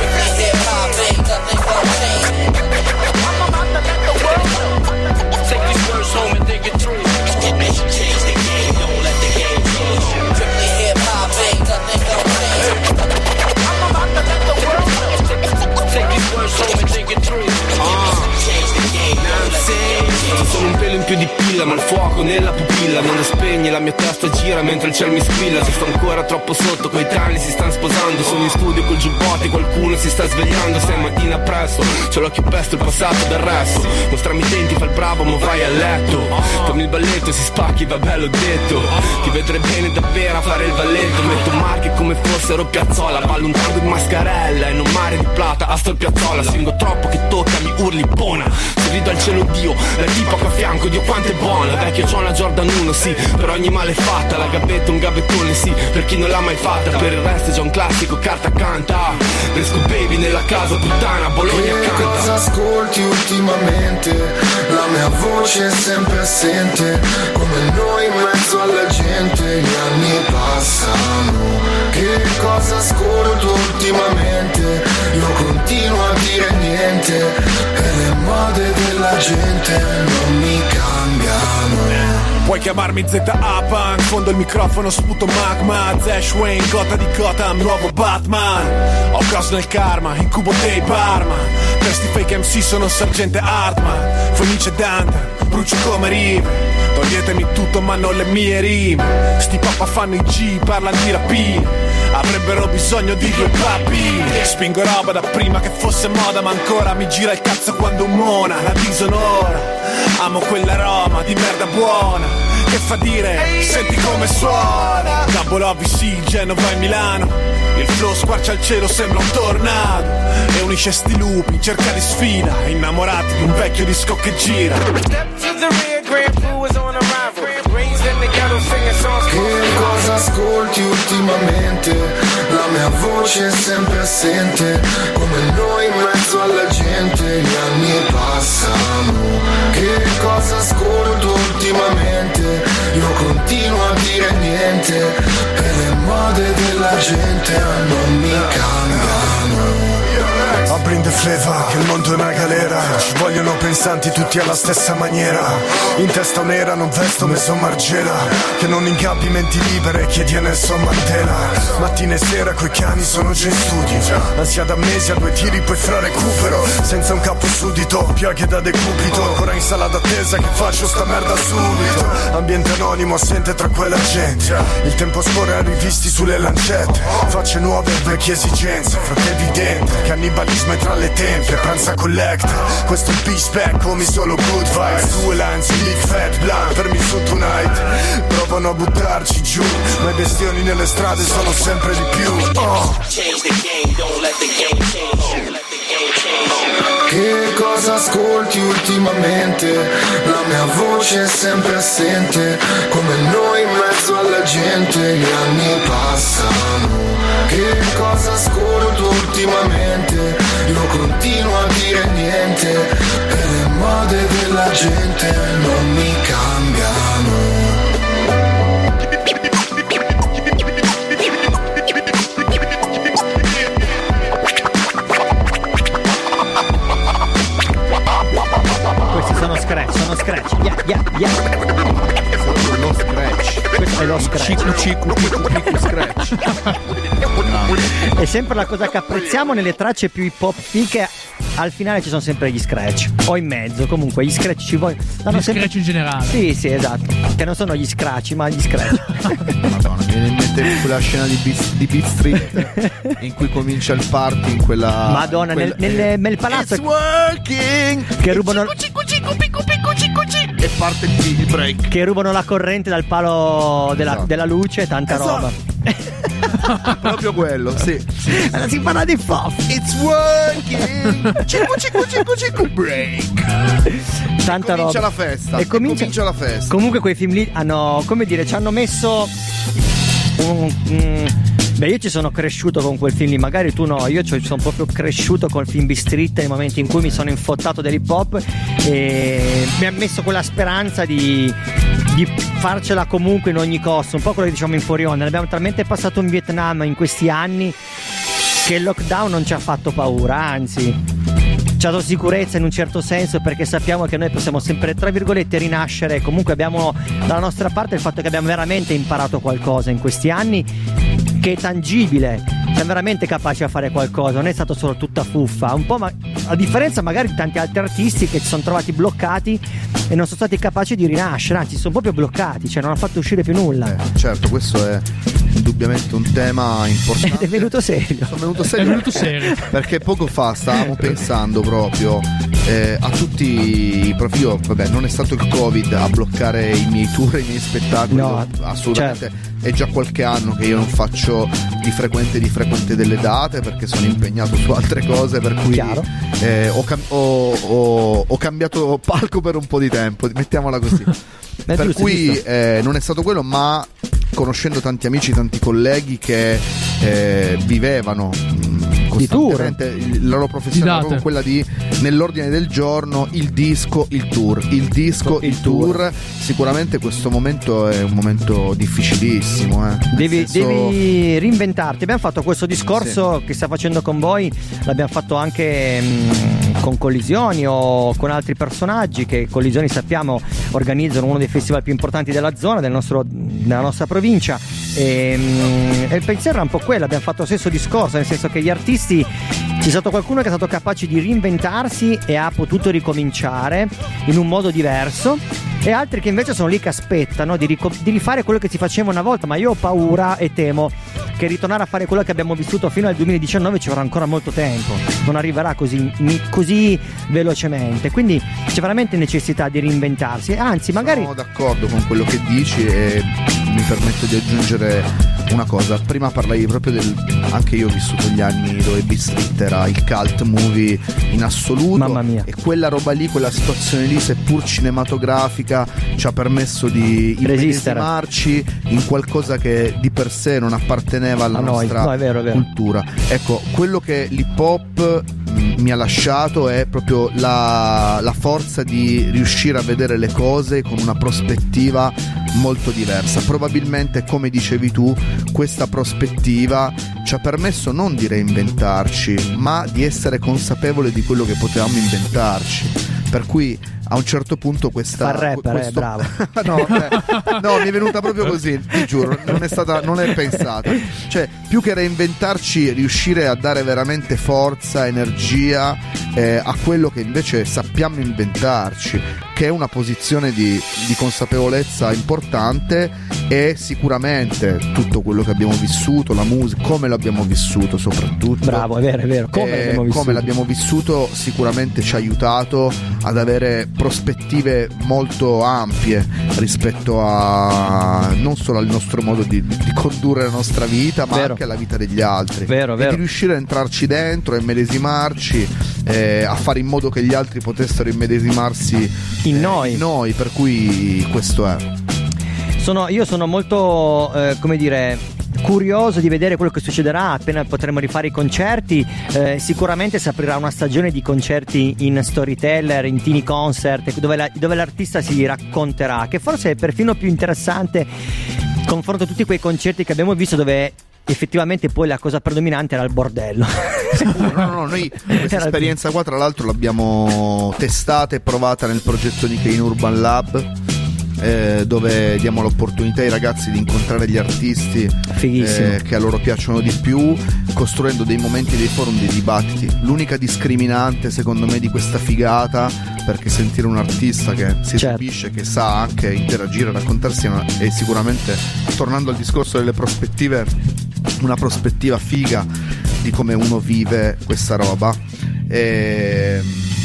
I'm about to let the world take these words home and dig it through. Change the game, don't let the game change. Strictly hip hop, ain't nothing gonna change. I'm about to let the world take these words home and dig it through. Change the game, don't let the game change. Sono un pelo in più di pilla, ma il fuoco nella pupilla non lo spegne, la mia testa gira mentre il cielo mi squilla. Se sto ancora troppo sotto, coi trani si stanno sposando. Sono in studio col giubbotti, qualcuno si sta svegliando. Sei mattina presto, c'ho l'occhio pesto, il passato del resto. Mostrami i denti, fa il bravo, ma vai a letto. Fammi il balletto, si spacchi, vabbè l'ho detto. Ti vedrei bene davvero a fare il balletto. Metto marche come fossero piazzola, ballo un tango in mascarella in un mare di plata, a sto il piazzola. Stringo troppo che tocca, mi urli buona. Sorrido al cielo, Dio, la tipa qua a fianco, Dio quanto è buona. Vecchio c'ho una Jordan uno, sì, per ogni male fatta. La gabbetta un gavettone, sì, per chi non l'ha mai fatta. Per il resto è già un classico, carta canta. Fresco baby nella casa, puttana, Bologna Che canta. cosa ascolti ultimamente? La mia voce è sempre assente, come noi in mezzo alla gente. Gli anni passano. Che cosa cosa ascolto ultimamente? Io continuo a dire niente e le mode della gente non mi cambiano. Puoi chiamarmi Z A Punk, fondo il microfono, sputo magma. Zash Wayne, gota di Gotham, nuovo Batman. Ho caos nel karma, incubo dei Parma. Per sti fake M C sono sergente Hartman. Fenice Dante, brucio come rive. Toglietemi tutto ma non le mie rime. Sti papà fanno i G, parlano di rapine. Avrebbero bisogno di due papi. Spingo roba da prima che fosse moda, ma ancora mi gira il cazzo quando un mona la disonora. Amo quella Roma di merda buona che fa dire, senti come suona. Double O V C, Genova e Milano. Il flow squarcia il cielo, sembra un tornado. E unisce sti lupi in cerca di sfida, innamorati di un vecchio disco che gira. Che cosa ascolti ultimamente? La mia voce è sempre assente, come noi in mezzo alla gente, gli anni passano. Che cosa ascolto ultimamente? Io continuo a dire niente e le mode della gente non mi cambiano. Apri the flavor, che il mondo è una galera. Ci vogliono pensanti tutti alla stessa maniera. In testa nera non vesto Maison Margiela. Che non ingabbi menti libere, chiedi a Nelson Mandela. Mattina e sera coi cani sono già in studio. Ansia d'amnesia, due tiri poi fra recupero. Senza un capo suddito, piaghe da decupito. Ancora in sala d'attesa che faccio sta merda subito. Ambiente anonimo assente tra quella gente. Il tempo scorre a rivisti sulle lancette. Facce nuove e vecchie esigenze. Frate evidente, cannibalismo è tra le tempie. Pranza collect, questo è il beast pack, come solo good vibes. Due lines, big fat blunt per me su tonight. Provano a buttarci giù, ma i bestioni nelle strade sono sempre di più. Oh. Che cosa ascolti ultimamente? La mia voce è sempre assente, come noi in mezzo alla gente, gli anni passano. Che cosa ascolto ultimamente? Io continuo a dire niente e le mode della gente non mi cambiano. Questi sono scratch, sono scratch. Yeah, yeah, yeah. Sono lo scratch. Questo è lo scratch. Cicu, cicu, cicu, cicu, scratch. È sempre la cosa che apprezziamo nelle tracce più hip hop fiche. Al finale ci sono sempre gli scratch. O in mezzo, comunque gli scratch ci vogliono. Gli sempre... scratch in generale. Sì, sì, esatto. Che non sono gli scratch, ma gli scratch. Madonna, mi viene in mente quella scena di Beat, di Beat Street in cui comincia il party in quella. Madonna, in quella, nel, nel, nel palazzo. It's working! Che rubano. Cicu, cicu, cicu, cicu, cicu, cicu. E parte il, il break. Che rubano la corrente dal palo della, esatto. della luce, tanta esatto. roba. Proprio quello, sì. sì, sì. Si parla di pop. It's working. Cicu, cicu, cicu, cicu, break. Tanta e comincia roba. la festa. E comincia... comincia la festa. Comunque quei film lì hanno, come dire, ci hanno messo un, un... Beh, io ci sono cresciuto con quel film lì, magari tu no. Io ci sono proprio cresciuto col film Beat Street nei momenti in cui mi sono infottato dell'hip hop e mi ha messo quella speranza di, di farcela comunque in ogni costo. Un po' quello che diciamo in Fuori Onda. Abbiamo talmente passato in Vietnam in questi anni che il lockdown non ci ha fatto paura, anzi ci ha dato sicurezza in un certo senso, perché sappiamo che noi possiamo sempre, tra virgolette, rinascere. Comunque abbiamo dalla nostra parte il fatto che abbiamo veramente imparato qualcosa in questi anni che è tangibile, siamo veramente capaci a fare qualcosa, non è stato solo tutta fuffa, un po', ma a differenza magari di tanti altri artisti che si sono trovati bloccati e non sono stati capaci di rinascere, anzi sono proprio bloccati, cioè non hanno fatto uscire più nulla. Eh, certo, questo è indubbiamente un tema importante. Ed è venuto serio. Sono venuto serio. È venuto serio. Perché poco fa stavamo pensando proprio eh, a tutti i profili. Io, vabbè, non è stato il Covid a bloccare i miei tour, i miei spettacoli. No, assolutamente. Certo. È già qualche anno che io non faccio di frequente di frequente delle date perché sono impegnato su altre cose, per cui eh, ho, cam- ho, ho, ho cambiato palco per un po' di tempo, mettiamola così. Per giusto, cui eh, non è stato quello, ma conoscendo tanti amici, tanti colleghi che eh, vivevano mh, costantemente, la loro professione era proprio quella di nell'ordine del giorno il disco, il tour, il disco, il, il tour. tour. Sicuramente questo momento è un momento difficilissimo. Eh. Devi, senso... devi reinventarti. Abbiamo fatto questo discorso sì. che sta facendo con voi, l'abbiamo fatto anche mh, con Collisioni o con altri personaggi che Collisioni sappiamo organizzano uno dei festival più importanti della zona, del nostro, della nostra provincia. E, mh, e il pensiero era un po' quello, abbiamo fatto lo stesso discorso, nel senso che gli artisti, c'è stato qualcuno che è stato capace di reinventarsi e ha potuto ricominciare in un modo diverso, e altri che invece sono lì che aspettano di, rico- di rifare quello che si faceva una volta. Ma io ho paura e temo che ritornare a fare quello che abbiamo vissuto fino al duemiladiciannove ci vorrà ancora molto tempo, non arriverà così, così velocemente, quindi c'è veramente necessità di reinventarsi. Anzi, magari sono d'accordo con quello che dici e mi permetto di aggiungere una cosa. Prima parlavi proprio del, anche io ho vissuto gli anni dove Beat Street era il cult movie in assoluto. Mamma mia. E quella roba lì, quella situazione lì, seppur cinematografica, ci ha permesso di immedesimarci in qualcosa che di per sé non apparteneva alla a nostra no, è vero, è vero. cultura. Ecco, quello che l'hip hop mh, mi ha lasciato è proprio la, la forza di riuscire a vedere le cose con una prospettiva molto diversa. Probabilmente, come dicevi tu, questa prospettiva ci ha permesso non di reinventarci, ma di essere consapevoli di quello che potevamo inventarci. Per cui a un certo punto questa fa rapper, questo... eh, bravo. no, eh, no, mi è venuta proprio così, ti giuro, non è stata, non è pensata. Cioè, più che reinventarci, riuscire a dare veramente forza, energia eh, a quello che invece sappiamo inventarci, che è una posizione di, di consapevolezza importante. E sicuramente tutto quello che abbiamo vissuto, la musica, come l'abbiamo vissuto soprattutto. Bravo, è vero, è vero. Come, eh, l'abbiamo, vissuto. come l'abbiamo vissuto sicuramente ci ha aiutato ad avere prospettive molto ampie rispetto a non solo al nostro modo di, di condurre la nostra vita, ma vero. anche alla vita degli altri. Vero, e vero. di riuscire a entrarci dentro, a immedesimarci, eh, a fare in modo che gli altri potessero immedesimarsi in eh, noi. in noi. Per cui questo è. Sono, io sono molto, eh, come dire, curioso di vedere quello che succederà appena potremo rifare i concerti. Eh, sicuramente si aprirà una stagione di concerti in storyteller, in teeny concert, dove, la, dove l'artista si racconterà, che forse è perfino più interessante confronto a tutti quei concerti che abbiamo visto dove effettivamente poi la cosa predominante era il bordello. No, no, no, noi questa esperienza qua tra l'altro l'abbiamo testata e provata nel progetto Nikkei Urban Lab, eh, dove diamo l'opportunità ai ragazzi di incontrare gli artisti eh, che a loro piacciono di più, costruendo dei momenti, dei forum, dei dibattiti. L'unica discriminante secondo me di questa figata, perché sentire un artista che si certo. esibisce, che sa anche interagire, raccontarsi, è sicuramente, tornando al discorso delle prospettive, una prospettiva figa di come uno vive questa roba. E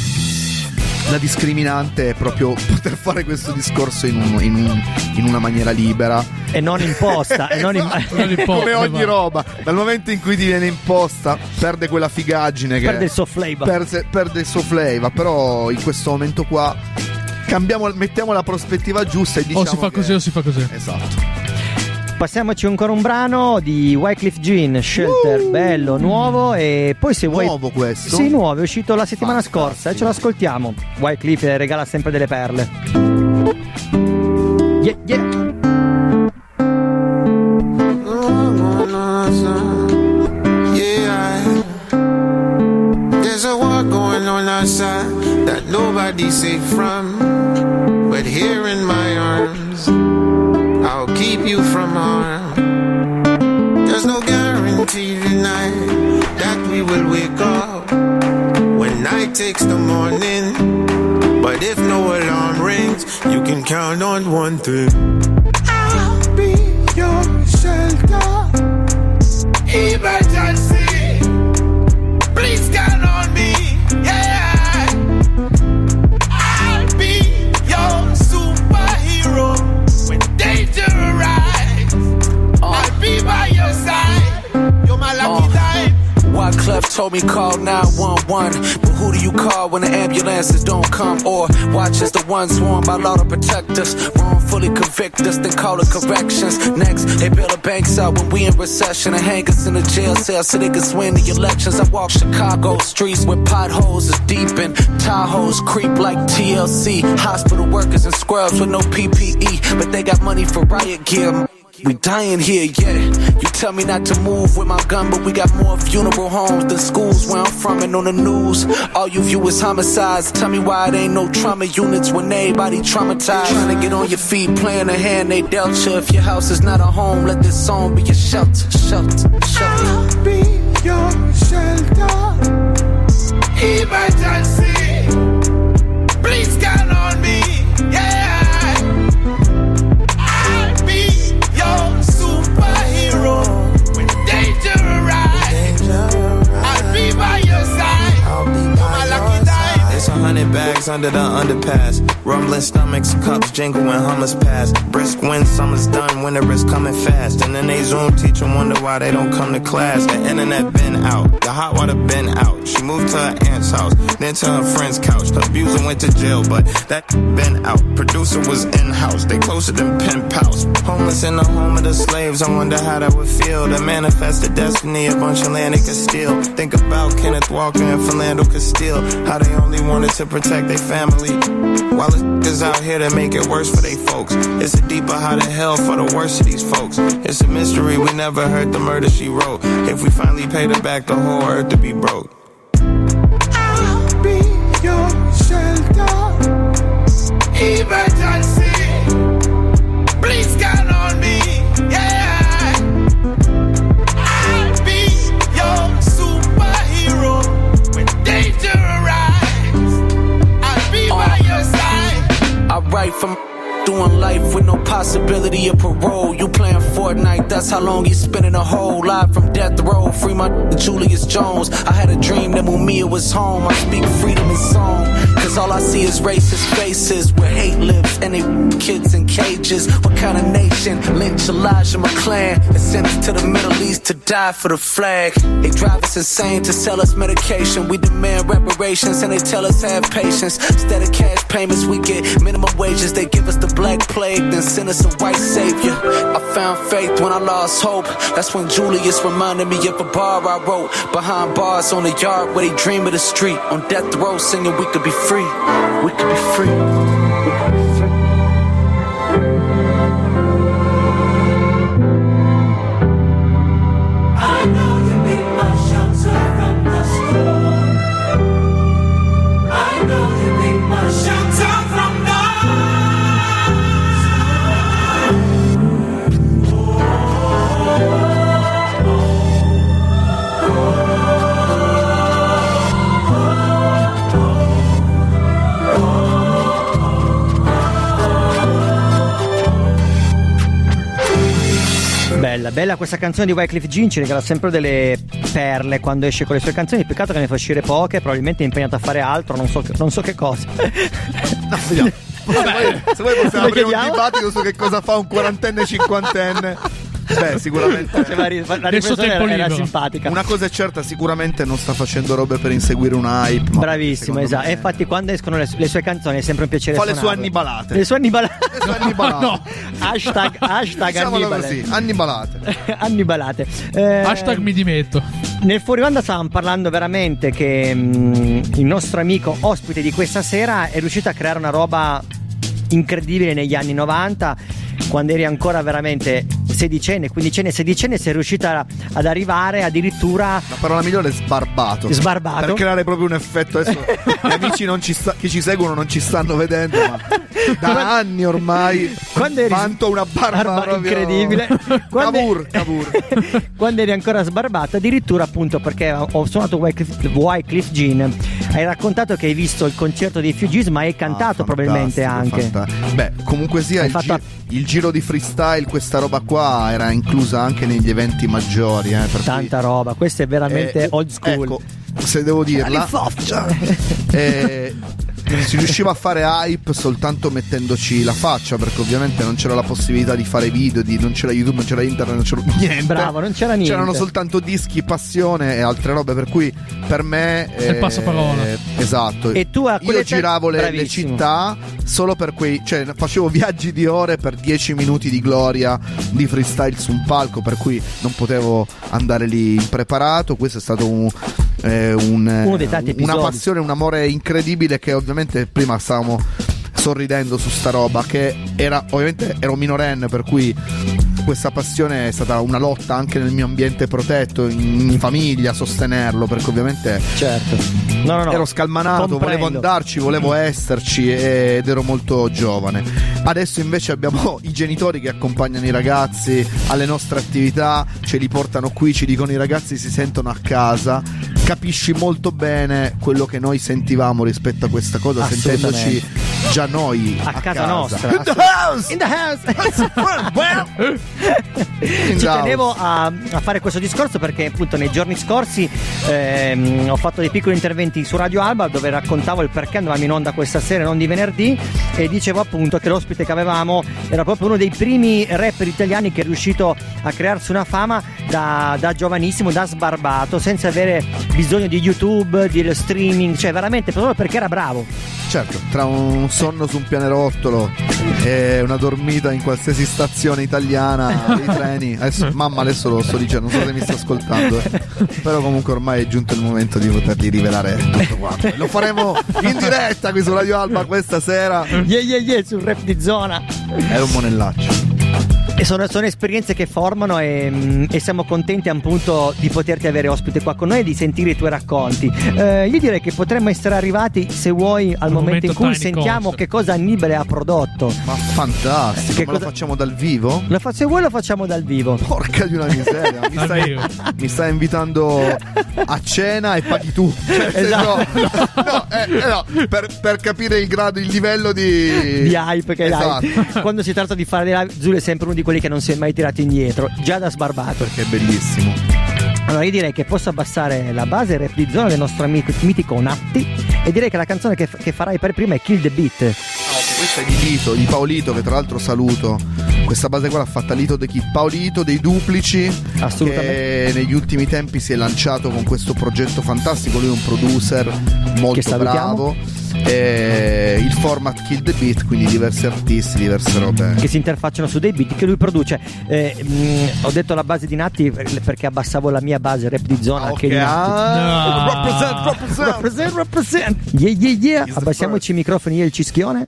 la discriminante è proprio poter fare questo discorso in, un, in, un, in una maniera libera e non imposta, e non im- come ogni roba, dal momento in cui ti viene imposta perde quella figaggine, che perde il suo flavor, perde, perde il suo flavor. Però in questo momento qua cambiamo, mettiamo la prospettiva giusta e diciamo o si fa che... così o si fa così. Esatto. Passiamoci ancora un brano di Wyclef Jean, Shelter, uh, bello, nuovo. E poi se vuoi... Nuovo questo? Sì, nuovo, è uscito la settimana Fantastico. scorsa e ce lo ascoltiamo. Wyclef regala sempre delle perle. Yeah, yeah. Yeah, there's a war going on outside that nobody's safe from, but here in my arms I'll keep you from harm. There's no guarantee tonight that we will wake up when night takes the morning. But if no alarm rings, you can count on one thing: I'll be your shelter. Emergency, please count on me. Yeah, I'll be your superhero. Danger arrives, I'll be by your side. You're my lucky time. Wyclef told me call nine one one. But who do you call when the ambulances don't come? Or watch as the ones sworn by law to protect us wrongfully convict us, then call it corrections. Next, they bail the banks out when we in recession and hang us in a jail cell so they can swing the elections. I walk Chicago streets where potholes is deep and Tahoes creep like T L C. Hospital workers and scrubs with no P P E, but they got money for riot gear. We dying here, yeah. You tell me not to move with my gun, but we got more funeral homes than schools where I'm from. And on the news, all you view is homicides. Tell me why it ain't no trauma units when everybody traumatized. Trying to get on your feet, playing a hand they dealt you. If your house is not a home, let this song be your shelter, shelter, shelter. I'll be your shelter. Emergency, please count on me, yeah. Your superhero when danger arrives. I'll be by your side. I'll be by your side. It's a hundred bags under the underpass. Rumbling stomachs, cups jingle when hummers pass. Brisk wind, summer's done, winter is coming fast. And then they Zoom teach and wonder why they don't come to class. The internet been out, the hot water been out. She moved to her aunt's house, then to her friend's couch. Her abuser went to jail, but that been out. Producer was in-house, they closer than pen pals. Homeless in the home of the slaves, I wonder how that would feel. To manifest the destiny, a bunch of land they could steal. Think about Kenneth Walker and Philando Castile. How they only wanted to protect their family, while the is out here to make it worse for they folks. It's a deeper how to hell for the worst of these folks. It's a mystery, we never heard the murder she wrote. If we finally paid her back, the whole earth to be broke. I'll be your shelter. Emergency, please count on me, yeah. I'll be your superhero when danger arrives. I'll be by your side. I write from doing life with no possibility of parole. You playing Fortnite, that's how long he's spinning a hole. Live from death row, free my Julius Jones. I had a dream that Mumia was home. I speak freedom in song, cause all I see is racist faces where hate lives and they kids in cages. What kind of nation? Lynch Elijah McClain and send us to the Middle East to die for the flag. They drive us insane to sell us medication. We demand reparations and they tell us have patience. Instead of cash payments, we get minimum wages. They give us the black plague, then send us a white savior. I found faith when I lost hope. That's when Julius reminded me of a bar I wrote. Behind bars on the yard where they dream of the street. On death row singing we could be free. We could be free. We could be free. I know you be my shelter from the storm. I know you be my shelter from the Bella, bella questa canzone di Wyclef Jean, ci regala sempre delle perle quando esce con le sue canzoni. Peccato che ne fa uscire poche, probabilmente è impegnato a fare altro, non so, non so che cosa. No, vediamo. Vabbè, se vuoi possiamo aprire un dibattito su che cosa fa un quarantenne cinquantenne. Beh, sicuramente cioè, la, la riflessione era, era simpatica. Una cosa è certa, sicuramente non sta facendo robe per inseguire una hype. Bravissimo, esatto. E infatti quando escono le, le sue canzoni è sempre un piacere. Fa suonarle. le sue annibalate. Le sue annibalate. Le sue annibalate. No. Hashtag, hashtag Annibale. Così, annibalate. Annibalate. Eh, hashtag mi dimetto. Nel fuori onda stavamo parlando veramente che mh, il nostro amico ospite di questa sera è riuscito a creare una roba incredibile negli anni novanta, quando eri ancora veramente sedicenne, quindicenne, sedicenne, sei riuscita ad arrivare addirittura. La parola migliore è sbarbato. Sbarbato. Per creare proprio un effetto. Adesso gli amici non ci sta, che ci seguono non ci stanno vedendo, ma da anni ormai quando eri vanto una barba, barba proprio incredibile. Quando, Cavour, Cavour. Quando eri ancora sbarbato, addirittura appunto perché ho suonato Wyclef, Wyclef Jean, hai raccontato che hai visto il concerto dei Fugees, ma hai cantato ah, probabilmente anche. Fantastico. Beh, comunque sia il, fatto... gi- il giro di freestyle, questa roba qua era inclusa anche negli eventi maggiori, eh, per tanta cui... roba, questa è veramente eh, old school. Ecco, se devo dirla, eh, si riusciva a fare hype soltanto mettendoci la faccia, perché ovviamente non c'era la possibilità di fare video, di, non c'era YouTube, non c'era internet, non c'era niente. Bravo, non c'era niente. C'erano soltanto dischi, passione e altre robe, per cui per me è il passaparola. Eh, esatto. E tu a io giravo le, le città solo per quei, cioè facevo viaggi di ore per dieci minuti di gloria di freestyle su un palco, per cui non potevo andare lì impreparato. Questo è stato un Eh, un, uno dei tanti episodi. Una passione, un amore incredibile, che ovviamente prima stavamo sorridendo su sta roba, che era, ovviamente ero minorenne, per cui questa passione è stata una lotta anche nel mio ambiente protetto, in, in famiglia, sostenerlo, perché ovviamente certo no, no, no. ero scalmanato, Comprendo. volevo andarci, volevo esserci ed ero molto giovane. Adesso invece abbiamo i genitori che accompagnano i ragazzi alle nostre attività, ce li portano qui, ci dicono i ragazzi si sentono a casa. Capisci molto bene quello che noi sentivamo rispetto a questa cosa, sentendoci già noi a, a casa, casa nostra. In the house! In the house! Ci tenevo a, a fare questo discorso perché appunto nei giorni scorsi ehm, ho fatto dei piccoli interventi su Radio Alba dove raccontavo il perché andavamo in onda questa sera, non di venerdì, e dicevo appunto che l'ospite che avevamo era proprio uno dei primi rapper italiani che è riuscito a crearsi una fama da, da giovanissimo, da sbarbato, senza avere bisogno di YouTube, di streaming, cioè veramente proprio perché era bravo. Certo, tra un sonno su un pianerottolo e una dormita in qualsiasi stazione italiana dei treni. Adesso, mamma, adesso lo sto dicendo, non so se mi sta ascoltando, eh. Però comunque ormai è giunto il momento di potergli rivelare tutto quanto. Lo faremo in diretta qui su Radio Alba questa sera. Yeah yeah yeah, sul rap di zona. È un monellaccio. E sono, sono esperienze che formano e, e siamo contenti appunto di poterti avere ospite qua con noi e di sentire i tuoi racconti. Eh, io direi che potremmo essere arrivati, se vuoi, al momento, momento in cui sentiamo concert. Che cosa Annibale ha prodotto. Ma fantastico, che ma cosa... lo facciamo dal vivo? Lo fa... Se vuoi lo facciamo dal vivo. Porca di una miseria, mi, stai, mi stai invitando a cena e paghi tu. Cioè, esatto. No, no, eh, no, per, per capire il grado, il livello di... di hype che esatto. hai. Quando si tratta di fare dei live, Zulu è sempre uno di quelli che non si è mai tirato indietro, già da sbarbato. Perché è bellissimo. Allora io direi che posso abbassare la base rap di zona del nostro amico mitico Natti e direi che la canzone che, che farai per prima è Kill the Beat. Ah, questa è di Lito, di Paolito, che tra l'altro saluto. Questa base qua l'ha fatta Lito de chi? Paolito dei Duplici, assolutamente, che negli ultimi tempi si è lanciato con questo progetto fantastico. Lui è un producer molto bravo. E il format Kill the Beat, quindi diversi artisti, diverse robe che si interfacciano su dei beat che lui produce. eh, mh, Ho detto la base di Natti perché abbassavo la mia base rap di zona, ah, che okay. ah, no. Represent, represent Represent, represent Yeah yeah yeah. Abbassiamoci i microfoni e il cischione.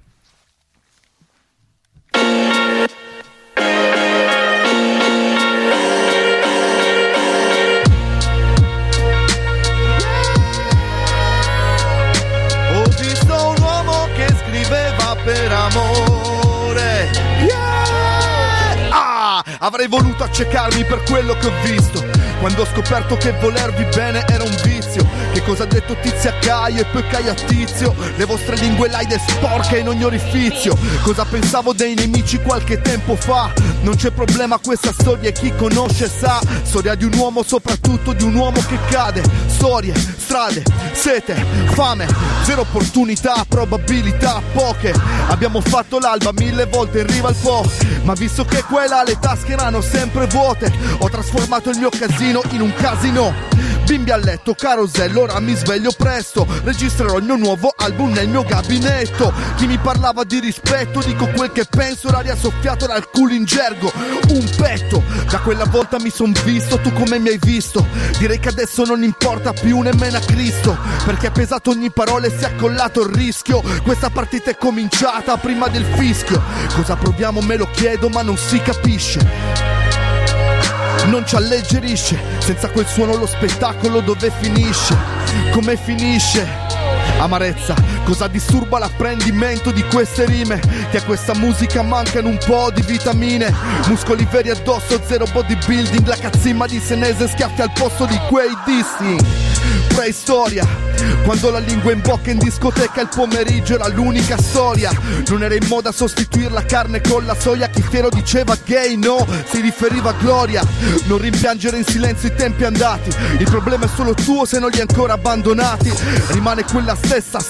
Per amore, yeah! Ah, avrei voluto accecarmi per quello che ho visto, quando ho scoperto che volervi bene era un vizio. Che cosa ha detto Tizia a Caio e poi Caio a Tizio? Le vostre lingue laide sporche in ogni orifizio. Cosa pensavo dei nemici qualche tempo fa? Non c'è problema, questa storia e chi conosce sa. Storia di un uomo, soprattutto di un uomo che cade. Storie, strade, sete, fame, zero opportunità, probabilità poche. Abbiamo fatto l'alba mille volte in riva al Po, ma visto che quella le tasche erano sempre vuote, ho trasformato il mio casino in un casino. Bimbi a letto, carosello, ora mi sveglio presto. Registrerò il mio nuovo album nel mio gabinetto. Chi mi parlava di rispetto, dico quel che penso. L'aria soffiato dal culo in gergo, un petto. Da quella volta mi son visto, tu come mi hai visto? Direi che adesso non importa più nemmeno a Cristo, perché è pesato ogni parola e si è accollato il rischio. Questa partita è cominciata prima del fischio. Cosa proviamo me lo chiedo, ma non si capisce. Non ci alleggerisce, senza quel suono lo spettacolo dove finisce? Come finisce? Amarezza, cosa disturba l'apprendimento di queste rime? Che a questa musica mancano un po' di vitamine. Muscoli veri addosso, zero bodybuilding. La cazzimma di Senese schiaffi al posto di quei dissing. Preistoria, quando la lingua in bocca in discoteca il pomeriggio era l'unica storia. Non era in moda sostituire la carne con la soia. Chi fiero diceva gay, no, si riferiva a gloria. Non rimpiangere in silenzio i tempi andati. Il problema è solo tuo se non li hai ancora abbandonati. Rimane quella stessa strada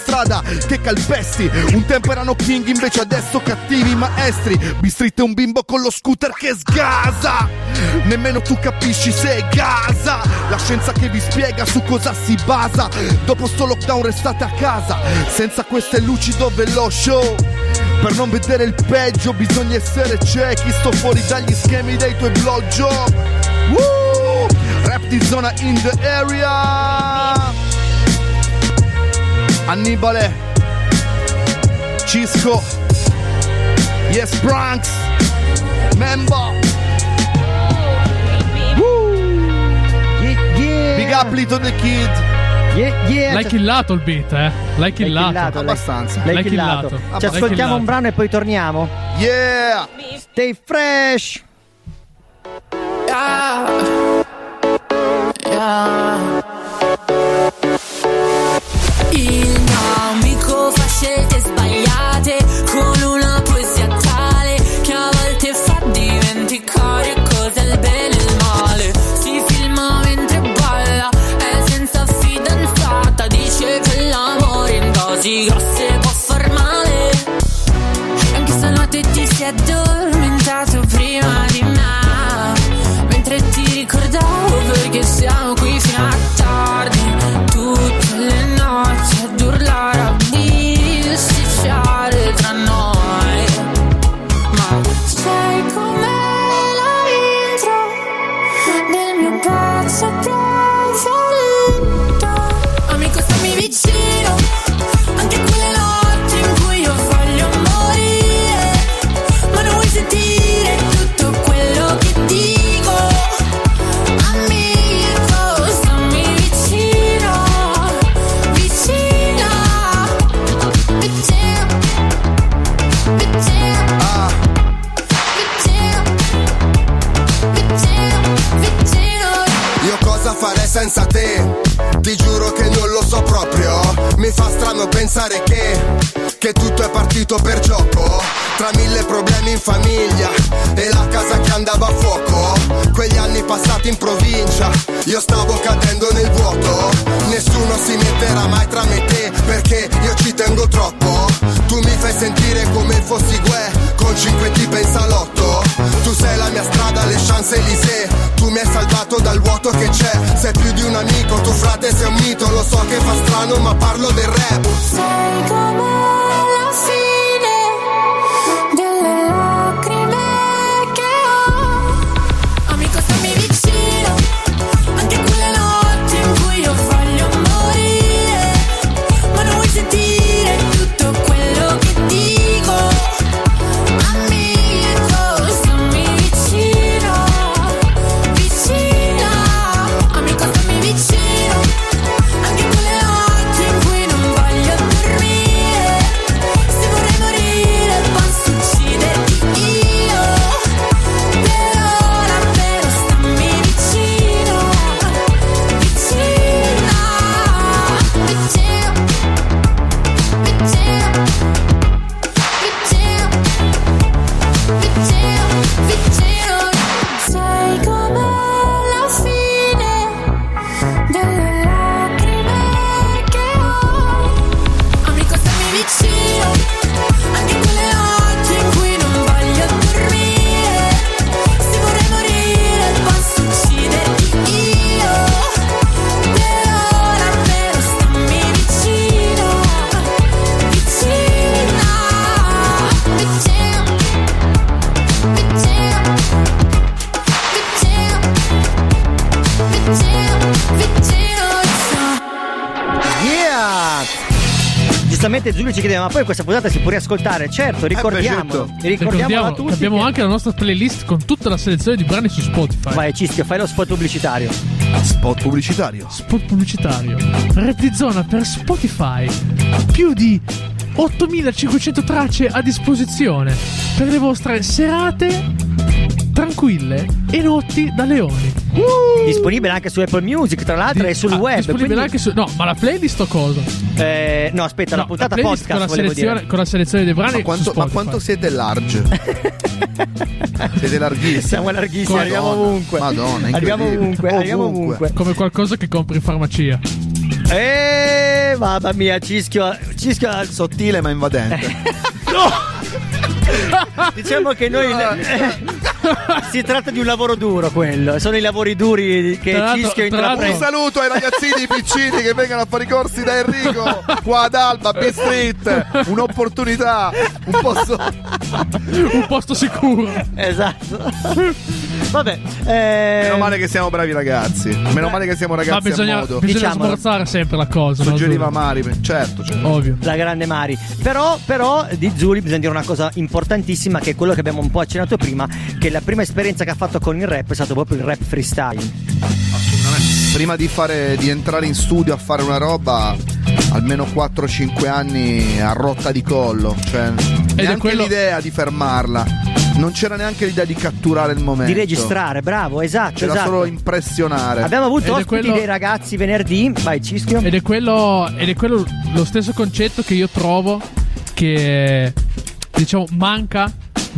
che calpesti. Un tempo erano king, invece adesso cattivi maestri. B-Street è un bimbo con lo scooter che sgasa. Nemmeno tu capisci se è Gaza. La scienza che vi spiega su cosa si basa. Dopo sto lockdown restate a casa, senza queste luci dove lo show. Per non vedere il peggio bisogna essere ciechi. Sto fuori dagli schemi dei tuoi blowjob. Woo! Rap di zona in the area. Annibale, Cisco, Yes Bronx, Memba. Woo! Yeah, yeah. Big up Lito the Kid. Yeah, yeah. L'hai killato il beat, eh? L'hai killato. killato, abbastanza. L'hai L'hai killato. killato. Ci L'hai ascoltiamo killato. un brano e poi torniamo. Yeah. Stay fresh. Yeah. Yeah. Il mio amico fa scelte sbagliate con una poesia tale che a volte fa dimenticare cos'è il bene e il male. Si filma mentre balla, è senza fidanzata, dice che l'amore in dosi grosse può far male. Anche stanotte ti sei addormentato prima di me, mentre ti ricordavo perché siamo qui fino a tardi, tutte le notti ad urlare, a bisticciare tra noi. Ma sei come la intro del mio pezzo preferito. Amico, stammi vicino anche a quelle notti in cui io voglio morire, ma non vuoi sentire tutto quello che dico. Amico, stammi vicino, vicino, vicino, vicino, Ah. vicino, vicino, vicino. Io cosa farei senza te? Ti giuro che non lo so proprio. Mi fa strano pensare che Che tutto è partito per gioco. Tra mille problemi in famiglia e la casa che andava a fuoco. Quegli anni passati in provincia, io stavo cadendo nel vuoto. Nessuno si metterà mai tra me e te, perché io ci tengo troppo. Tu mi fai sentire come fossi Gue, con cinque tipe in salotto. Tu sei la mia strada, le Champs-Élysées. Tu mi hai salvato dal vuoto che c'è. Sei più di un amico, tu frate sei un mito. Lo so che fa strano ma parlo del rap. Sei come la fine delle lacrime che ho. Amico, stammi vicino anche a quelle notti in cui io voglio morire, ma non vuoi sentire tutto quello che dico. Amico, stammi vicino, vicino. Amico, stammi vicino anche a quelle notti in cui non voglio dormire. Se vorrei morire posso ucciderti io. Per ora però stammi vicino, vicino, vicino, vicino, vicino, vicino, vicino. Sei come la fine delle lacrime che ho. Amico, stammi vicino anche a quelle notti in cui non voglio dormire. Se vorrei morire posso ucciderti io. Per ora però stammi vicino, vicino, vicino, vicino, vicino, vicino, vicino. Yeah! Giustamente Giulio ci chiedeva, ma poi questa puntata si può riascoltare? Certo, ricordiamolo. certo. Ricordiamolo a tutti. Abbiamo che- anche la nostra playlist con tutta la selezione di brani su Spotify. Vai Cischio, fai lo spot pubblicitario. Spot pubblicitario. Spot pubblicitario. Rap di zona per Spotify. Più di ottomilacinquecento tracce a disposizione per le vostre serate tranquille e notti da leoni. Disponibile anche su Apple Music, tra l'altro, e sul Ah, web. disponibile quindi- anche su. No, ma la playlist o cosa? Eh, no, aspetta, la No, puntata la playlist podcast con la, volevo selezione, dire. con la selezione dei brani. Ma quanto, su ma Spotify. quanto siete large? Siete larghissimi. Siamo larghissimi, Madonna, arriviamo ovunque. Madonna, Arriviamo incredibile. ovunque, arriviamo ovunque. Come qualcosa che compri in farmacia. Eh, mamma mia, Cischio, Cischio sottile ma invadente. Diciamo che noi eh, si tratta di un lavoro duro, quello. Sono i lavori duri che Cischio intraprende. Un saluto ai ragazzini piccini che vengono a fare i corsi da Enrico qua ad Alba, B Street. Un'opportunità, un posto un posto sicuro. Esatto. Vabbè, eh... meno male che siamo bravi ragazzi. Meno male che siamo ragazzi. Ma bisogna, a modo. bisogna Diciamolo. smorzare sempre la cosa. Suggeriva no, Mari, certo, certo. Ovvio. La grande Mari. Però, però di Zuli bisogna dire una cosa importantissima, che è quello che abbiamo un po' accennato prima, che la prima esperienza che ha fatto con il rap è stato proprio il rap freestyle. Assolutamente. Prima di fare di entrare in studio a fare una roba, almeno quattro cinque anni a rotta di collo, cioè neanche quello... l'idea di fermarla. Non c'era neanche l'idea di catturare il momento, di registrare, bravo, esatto. C'era esatto. solo impressionare. Abbiamo avuto Ed è ospiti quello... dei ragazzi venerdì. Vai Cischio. Ed è quello Ed è quello lo stesso concetto che io trovo che, diciamo, manca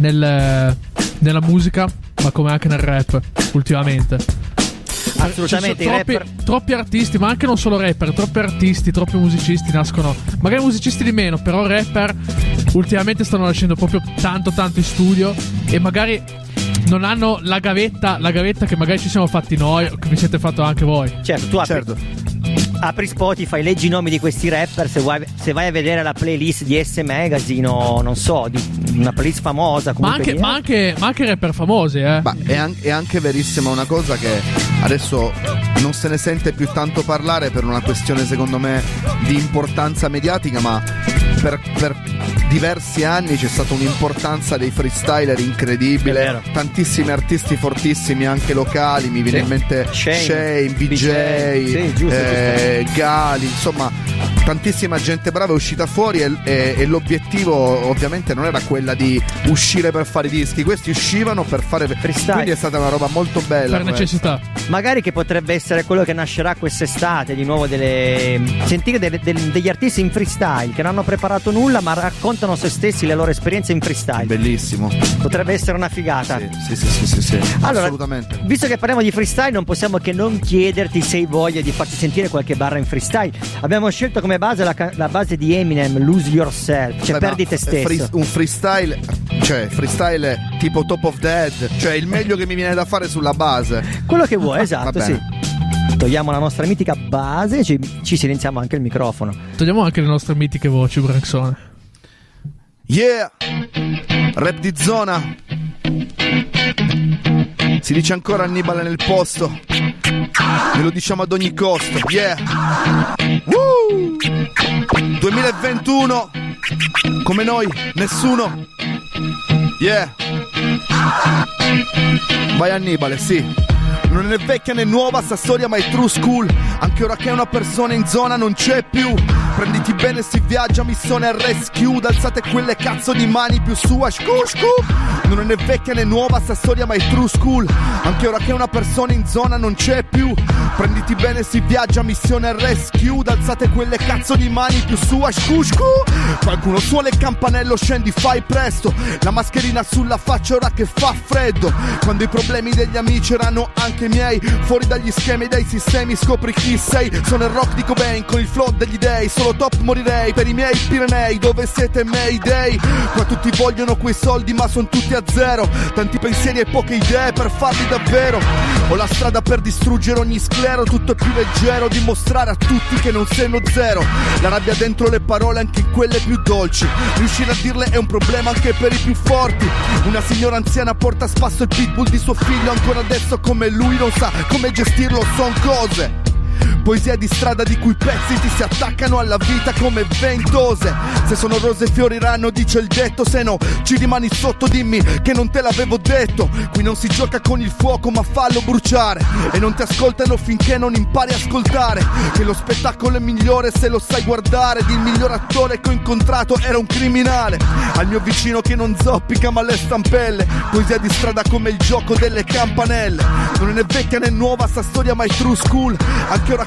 nel, nella musica, ma come anche nel rap ultimamente. Assolutamente. Cioè, troppi, rapper... troppi artisti, ma anche non solo rapper, troppi artisti, troppi musicisti nascono. Magari musicisti di meno, però rapper ultimamente stanno nascendo proprio tanto tanto in studio, e magari non hanno la gavetta, la gavetta che magari ci siamo fatti noi, o che vi siete fatto anche voi. Certo, tu apri, certo. apri Spotify, leggi i nomi di questi rapper. Se vai, se vai a vedere la playlist di S Magazine o non so, di una playlist famosa, ma anche, ma anche, ma anche rapper famosi, eh. Ma è, an- è anche verissima una cosa che adesso non se ne sente più tanto parlare per una questione, secondo me, di importanza mediatica, ma per, per diversi anni c'è stata un'importanza dei freestyler incredibile. Tantissimi artisti fortissimi anche locali, mi viene sì. in mente Shane, Shane, B J, sì, giusto, eh, Gali, insomma tantissima gente brava è uscita fuori, e, e, e l'obiettivo ovviamente non era quella di uscire per fare i dischi, questi uscivano per fare freestyle, quindi è stata una roba molto bella per necessità. Magari che potrebbe essere quello che nascerà quest'estate di nuovo, delle sentire delle, delle, degli artisti in freestyle che non hanno preparato nulla ma raccontano se stessi, le loro esperienze in freestyle. Bellissimo, potrebbe essere una figata. Sì, sì, sì, sì, sì, sì. Allora, assolutamente. Visto che parliamo di freestyle, non possiamo che non chiederti se hai voglia di farti sentire qualche barra in freestyle. Abbiamo scelto come base la, la base di Eminem, Lose Yourself, cioè Beh, perdi te stesso. Free, un freestyle, cioè freestyle tipo Top of the Head, cioè il meglio che mi viene da fare sulla base. Quello che vuoi, esatto, sì. Togliamo la nostra mitica base e ci, ci silenziamo anche il microfono. Togliamo anche le nostre mitiche voci, Branxone. Yeah, rap di zona. Si dice ancora Annibale nel posto, e lo diciamo ad ogni costo. Yeah. Woo! duemilaventuno, come noi, nessuno. Yeah. Vai Annibale, sì. Non è vecchia né nuova sta storia, ma è true school. Anche ora che una persona in zona non c'è più. Prenditi bene, si viaggia, missione al rescue. Alzate quelle cazzo di mani più su, shku shku. Non è vecchia né nuova sta storia, ma è true school. Anche ora che una persona in zona non c'è più. Prenditi bene, si viaggia, missione al rescue. Alzate quelle cazzo di mani più su, shku shku. Qualcuno suona il campanello, scendi, fai presto. La mascherina sulla faccia ora che fa freddo. Quando i problemi degli amici erano anche miei, fuori dagli schemi e dai sistemi scopri chi sei. Sono il rock di Cobain con il flow degli dei. Solo top morirei per i miei Pirenei. Dove siete Mayday? Qua tutti vogliono quei soldi ma sono tutti a zero. Tanti pensieri e poche idee per farli davvero. Ho la strada per distruggere ogni sclero. Tutto è più leggero, dimostrare a tutti che non sei uno zero. La rabbia dentro le parole, anche quelle più dolci. Riuscire a dirle è un problema anche per i più forti. Una signora anziana porta a spasso il pitbull di suo figlio. Ancora adesso come lui non sa come gestirlo, son cose. Poesia di strada di cui pezzi ti si attaccano alla vita come ventose. Se sono rose fioriranno, dice il detto. Se no ci rimani sotto, dimmi che non te l'avevo detto. Qui non si gioca con il fuoco ma fallo bruciare. E non ti ascoltano finché non impari a ascoltare. Che lo spettacolo è migliore se lo sai guardare. Ed il miglior attore che ho incontrato era un criminale. Al mio vicino che non zoppica ma le stampelle. Poesia di strada come il gioco delle campanelle. Non è né vecchia né nuova sta storia ma è true school. Anche ora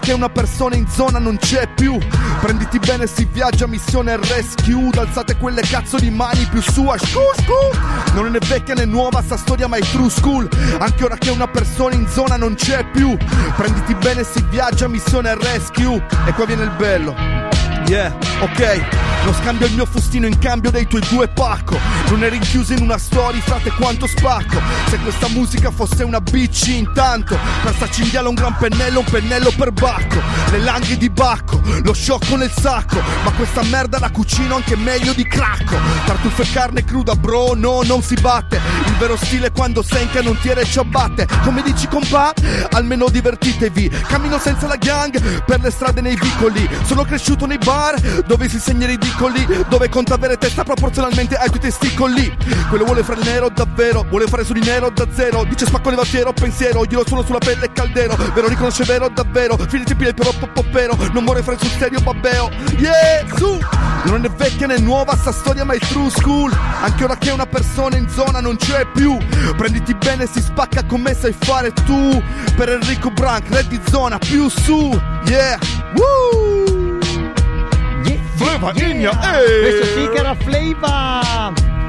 che una persona in zona non c'è più. Prenditi bene, si viaggia, missione rescue. Alzate quelle cazzo di mani più su a scu scu. Non è né vecchia né nuova sta storia, ma è true school. Anche ora che una persona in zona non c'è più. Prenditi bene, si viaggia, missione rescue. E qua viene il bello. Yeah, ok. Non scambio il mio fustino in cambio dei tuoi due pacco. Non eri rinchiuso in una storia, frate quanto spacco. Se questa musica fosse una bitch intanto, per sta cinghiala un gran pennello, un pennello per Bacco. Le langhe di Bacco, lo sciocco nel sacco. Ma questa merda la cucino anche meglio di Cracco. Tartufo e carne cruda bro, no, non si batte. Il vero stile quando sei in canottiere e ciabatte. Come dici compà? Almeno divertitevi. Cammino senza la gang per le strade nei vicoli. Sono cresciuto nei bar dove si segna i ridicoli, dove conta avere testa proporzionalmente ai tuoi testicoli. Quello vuole fare nero davvero, vuole fare su di nero da zero. Dice spacco levatiero, pensiero, glielo suono sulla pelle caldero. Vero riconosce vero davvero, finiti pile però popopero. Non vuole fare sul serio babbeo. Yeah, su! Non è vecchia né nuova sta storia, ma è true school. Anche ora che una persona in zona non c'è più. Prenditi bene, si spacca come sai fare tu. Per Enrico Brank, red di zona più su. Yeah, woo! Flava India, eeeh! Questo sì che era Flava!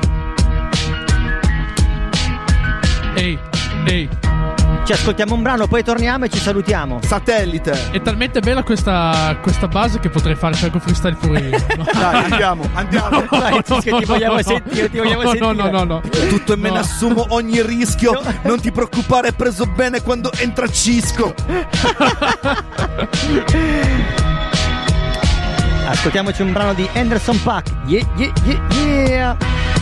Ehi, ehi. Ci ascoltiamo un brano, poi torniamo e ci salutiamo. Satellite. È talmente bella questa, questa base che potrei fare Sciarco Freestyle pure io. Dai, andiamo, andiamo. No, Dai, no, che no, ti vogliamo no, sentire, ti no, vogliamo no, sentire. No, no, no, no. Tutto e me ne No. assumo ogni rischio. Non ti preoccupare, è preso bene quando entra Cisco. Ascoltiamoci un brano di Anderson .Paak. Yeah, yeah, yeah, yeah.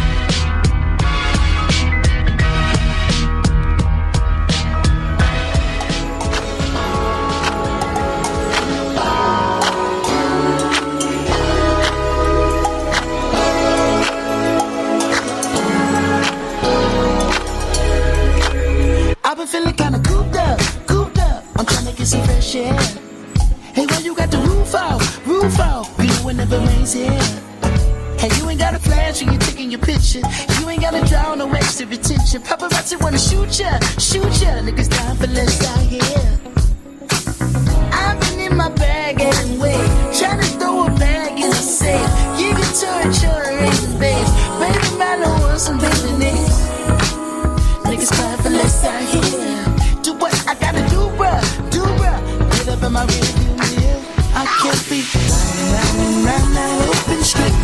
I've been feeling kinda cooped up, cooped up. I'm trying to get some fresh air. Hey, why you got the roof out, roof out? You know it never rains here. Hey, you ain't got a flash when you're taking your picture. You ain't gotta draw no extra attention. Paparazzi wanna shoot ya, shoot ya. Niggas dying for less out here. I've been in my bag anyway, trying to throw a bag in the safe. You can turn your raising base. Baby, man, I want some baby names. Niggas crying for less out here. Do what I gotta do, bruh, do bruh. Get up in my rearview mirror. I can't be riding round and round that open street.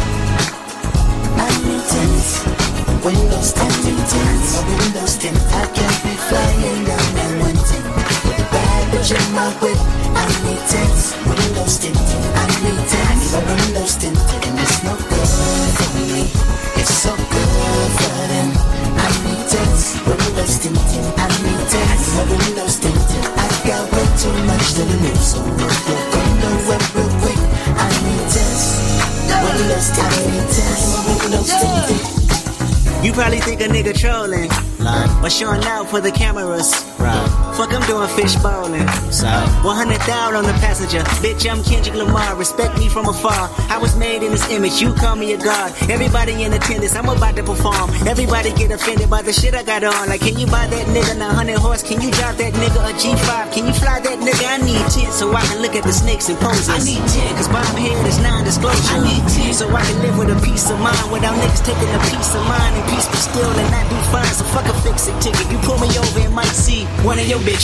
I need tents, windows tinted, tents, windows tinted. I can't be flying down that one tent with a baggage in my whip. I need tents, windows tinted. I need tents, windows tinted, and it's no good for me. It's so good for them. I need tents, windows tinted. I need tents, windows tinted. I got way too much to lose, so we're gonna wait real quick. I need tents, windows tinted. Windows tinted. You probably think a nigga trolling, but showing out for the cameras. Right. Fuck, I'm doing fish bowling. one hundred thousand on the passenger. Bitch, I'm Kendrick Lamar. Respect me from afar. I was made in this image. You call me a god. Everybody in attendance. I'm about to perform. Everybody get offended by the shit I got on. Like, can you buy that nigga a hundred horse? Can you drive that nigga a G five? Can you fly that nigga? I need ten so I can look at the snakes and poses. I need ten cause bomb head is non-disclosure. I need ten so I can live with a peace of mind without niggas taking a piece of mine and peace be still and not do fine. So fuck a fix-it ticket. You pull me over and might see one of your bitches.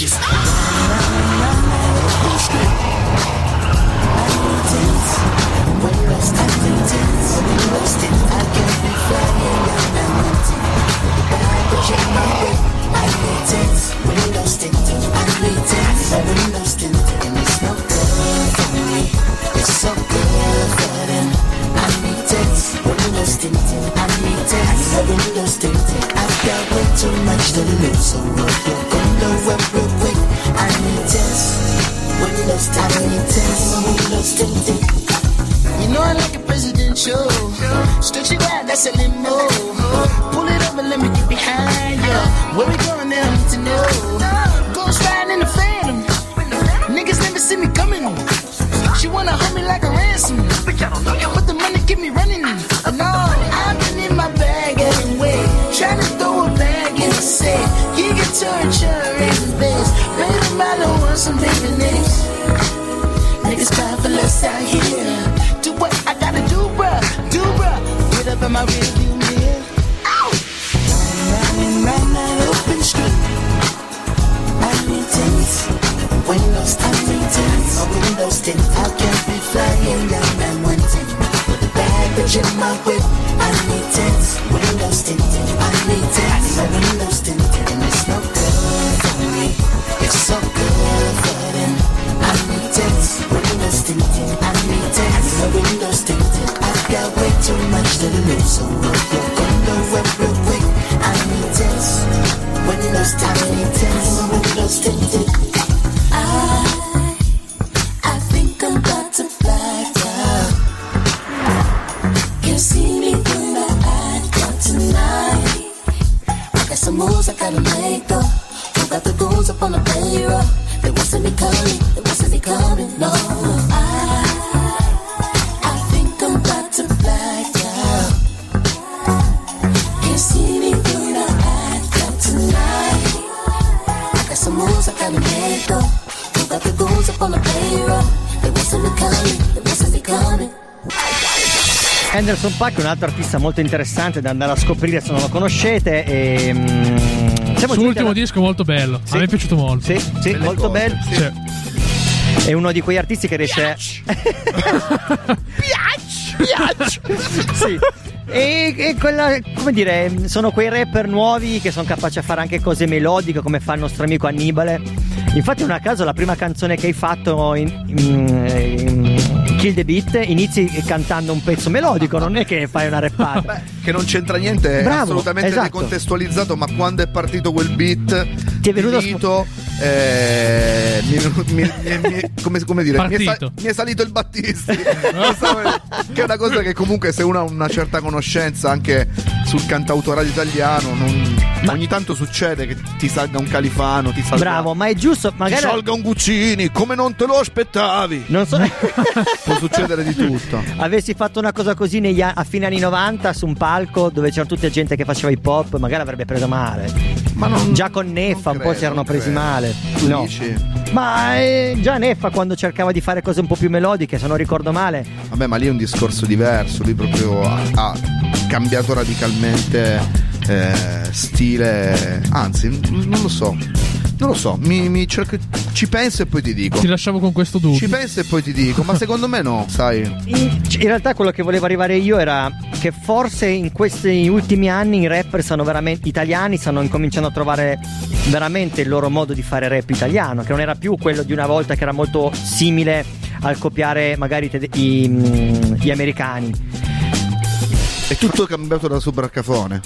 Too much to lose, so we're gonna wait real quick. I need tents, windows tinted, I need tents, windows tinted. You know I like a presidential. Stretch it out, that's a limo. Pull it up and let me get behind you. Where we going now, I need to know. Ghost riding in the Phantom. Niggas never see me coming. She wanna hold me like a ransom, but the money keep me running. No, I've been in my bag anyway, trying to throw a bag in the safe. You can turn your raising base. Baby, I don't want some baby names. my rearview mirror. Running round that open street. I'm intense. Windows tinted, tints. My windows tinted. I can't be flying down that one ten. With a bad bitch in my whip. I need tints. Windows tinted. I need tints. My windows tinted. And it's no good for me. It's so good for them. I need tints. Windows tinted. I need tints. My windows tinted. I got way too much to lose. So roll your window up real quick. I need tints. Windows tinted. I need tints. My windows tinted. I, I think I'm about to black out. Can't see me through the eye tonight. I got some moves I gotta make though. Who got the goons up on the payroll? They wasn't me coming, they wasn't me coming, no. I, I think I'm about to black out. Can't see me through the eye tonight. I got some moves I gotta make though. Got the goons up on the payroll. They wasn't me coming, they wasn't me coming. Anderson .Paak è un altro artista molto interessante da andare a scoprire se non lo conoscete. E, mm, il suo ultimo alla... disco è molto bello, sì. A me è piaciuto molto. Sì, sì, Belle molto cose, bello. Sì. È uno di quei artisti che riesce. Piace! Piace! Sì. E, e quella, come dire, sono quei rapper nuovi che sono capaci a fare anche cose melodiche come fa il nostro amico Annibale. Infatti non a caso la prima canzone che hai fatto in, in, in Kill the Beat inizi cantando un pezzo melodico, non è che fai una rappata. Beh, che non c'entra niente, Bravo, è assolutamente esatto. decontestualizzato, ma quando è partito quel beat ti è venuto dito, eh, mi, mi, mi, mi, come, come dire mi è, sa, mi è salito il Battisti. Che è una cosa che comunque se uno ha una certa conoscenza anche sul cantautorato italiano non, ma, ogni tanto succede che ti salga un Califano, ti salga, bravo, ma è giusto, magari ti salga un Guccini come non te lo aspettavi, non so. Può succedere di tutto. Avessi fatto una cosa così negli a, a fine anni novanta su un palco dove c'era tutta gente che faceva hip hop, magari avrebbe preso male. Ma non, già con Neffa un credo, po' si erano presi credo. male. Tu no. dici? Ma eh, già Neffa quando cercava di fare cose un po' più melodiche, se non ricordo male. Vabbè, ma lì è un discorso diverso, lui proprio ha, ha cambiato radicalmente eh, stile, anzi non lo so. Non lo so, mi, mi cerco, ci penso e poi ti dico. Ti lasciamo con questo dubbio. Ci penso e poi ti dico, ma secondo me no, sai. In, in realtà quello che volevo arrivare io era che forse in questi ultimi anni i rapper stanno veramente italiani stanno incominciando a trovare veramente il loro modo di fare rap italiano, che non era più quello di una volta che era molto simile al copiare magari te- i, gli americani. È tutto cambiato da Super Cafone.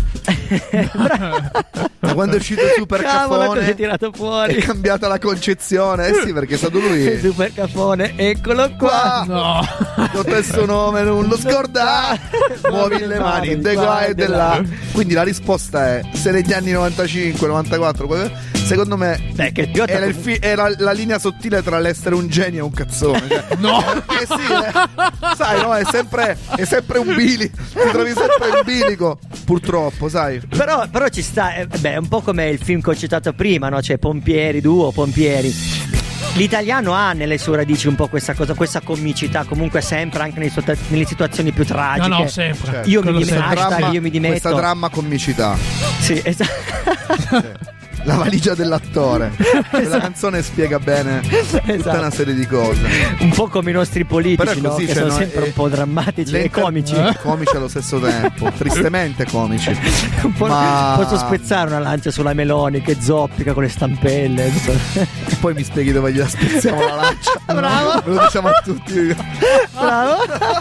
Ma quando è uscito Super Cafone tirato fuori. è cambiata la concezione. Eh sì, perché è stato lui. Super Cafone, eccolo qua. No, tutto il suo nome non lo scorda. Muovi le mani de qua e de là. Quindi la risposta è: se negli anni novantacinque novantaquattro, secondo me Beh, che era, il fi- era la linea sottile tra l'essere un genio e un cazzone, cioè, no, eh sì, eh. Sai, no, è sempre è sempre un bilico, ti trovi sempre in bilico, purtroppo, sai. Però, però ci sta, eh, beh, è un po' come il film che ho citato prima, no? Cioè Pompieri, Duo, Pompieri. L'italiano ha nelle sue radici un po' questa cosa, questa comicità, comunque sempre anche nei, nelle situazioni più tragiche. No, no, sempre. Certo. Io, mi Questa hashtag, dramma, io mi dimetto. Questa dramma comicità. Sì, esatto. Sì. La valigia dell'attore. Esatto. La canzone spiega bene tutta esatto. una serie di cose. Un po' come i nostri politici, no? Così, Che cioè, sono no, sempre eh, un po' drammatici e comici. Eh? Comici allo stesso tempo, tristemente comici. Un po' Ma... Posso spezzare una lancia sulla Meloni che zoppica con le stampelle. Poi mi spieghi dove gliela spezziamo la lancia. Bravo. Ve lo diciamo a tutti. Bravo.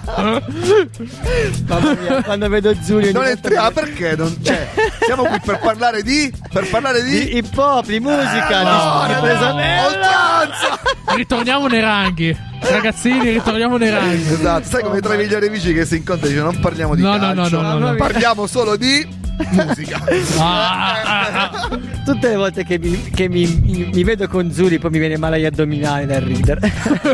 Mamma mia, quando vedo Giulio non entriamo, perché non c'è? Siamo qui per parlare di per parlare di, di hip hop, di musica, eh, di, no, di presanello. Ritorniamo nei ranghi. Ragazzini, ritorniamo nei ranghi. Esatto, sai come tra i migliori amici che si incontrano dicono non parliamo di no, calcio, no, no, no, no, parliamo solo di musica. Ah, ah, ah. Tutte le volte che, mi, che mi, mi, mi vedo con Zuri poi mi viene male agli addominali dal ridere.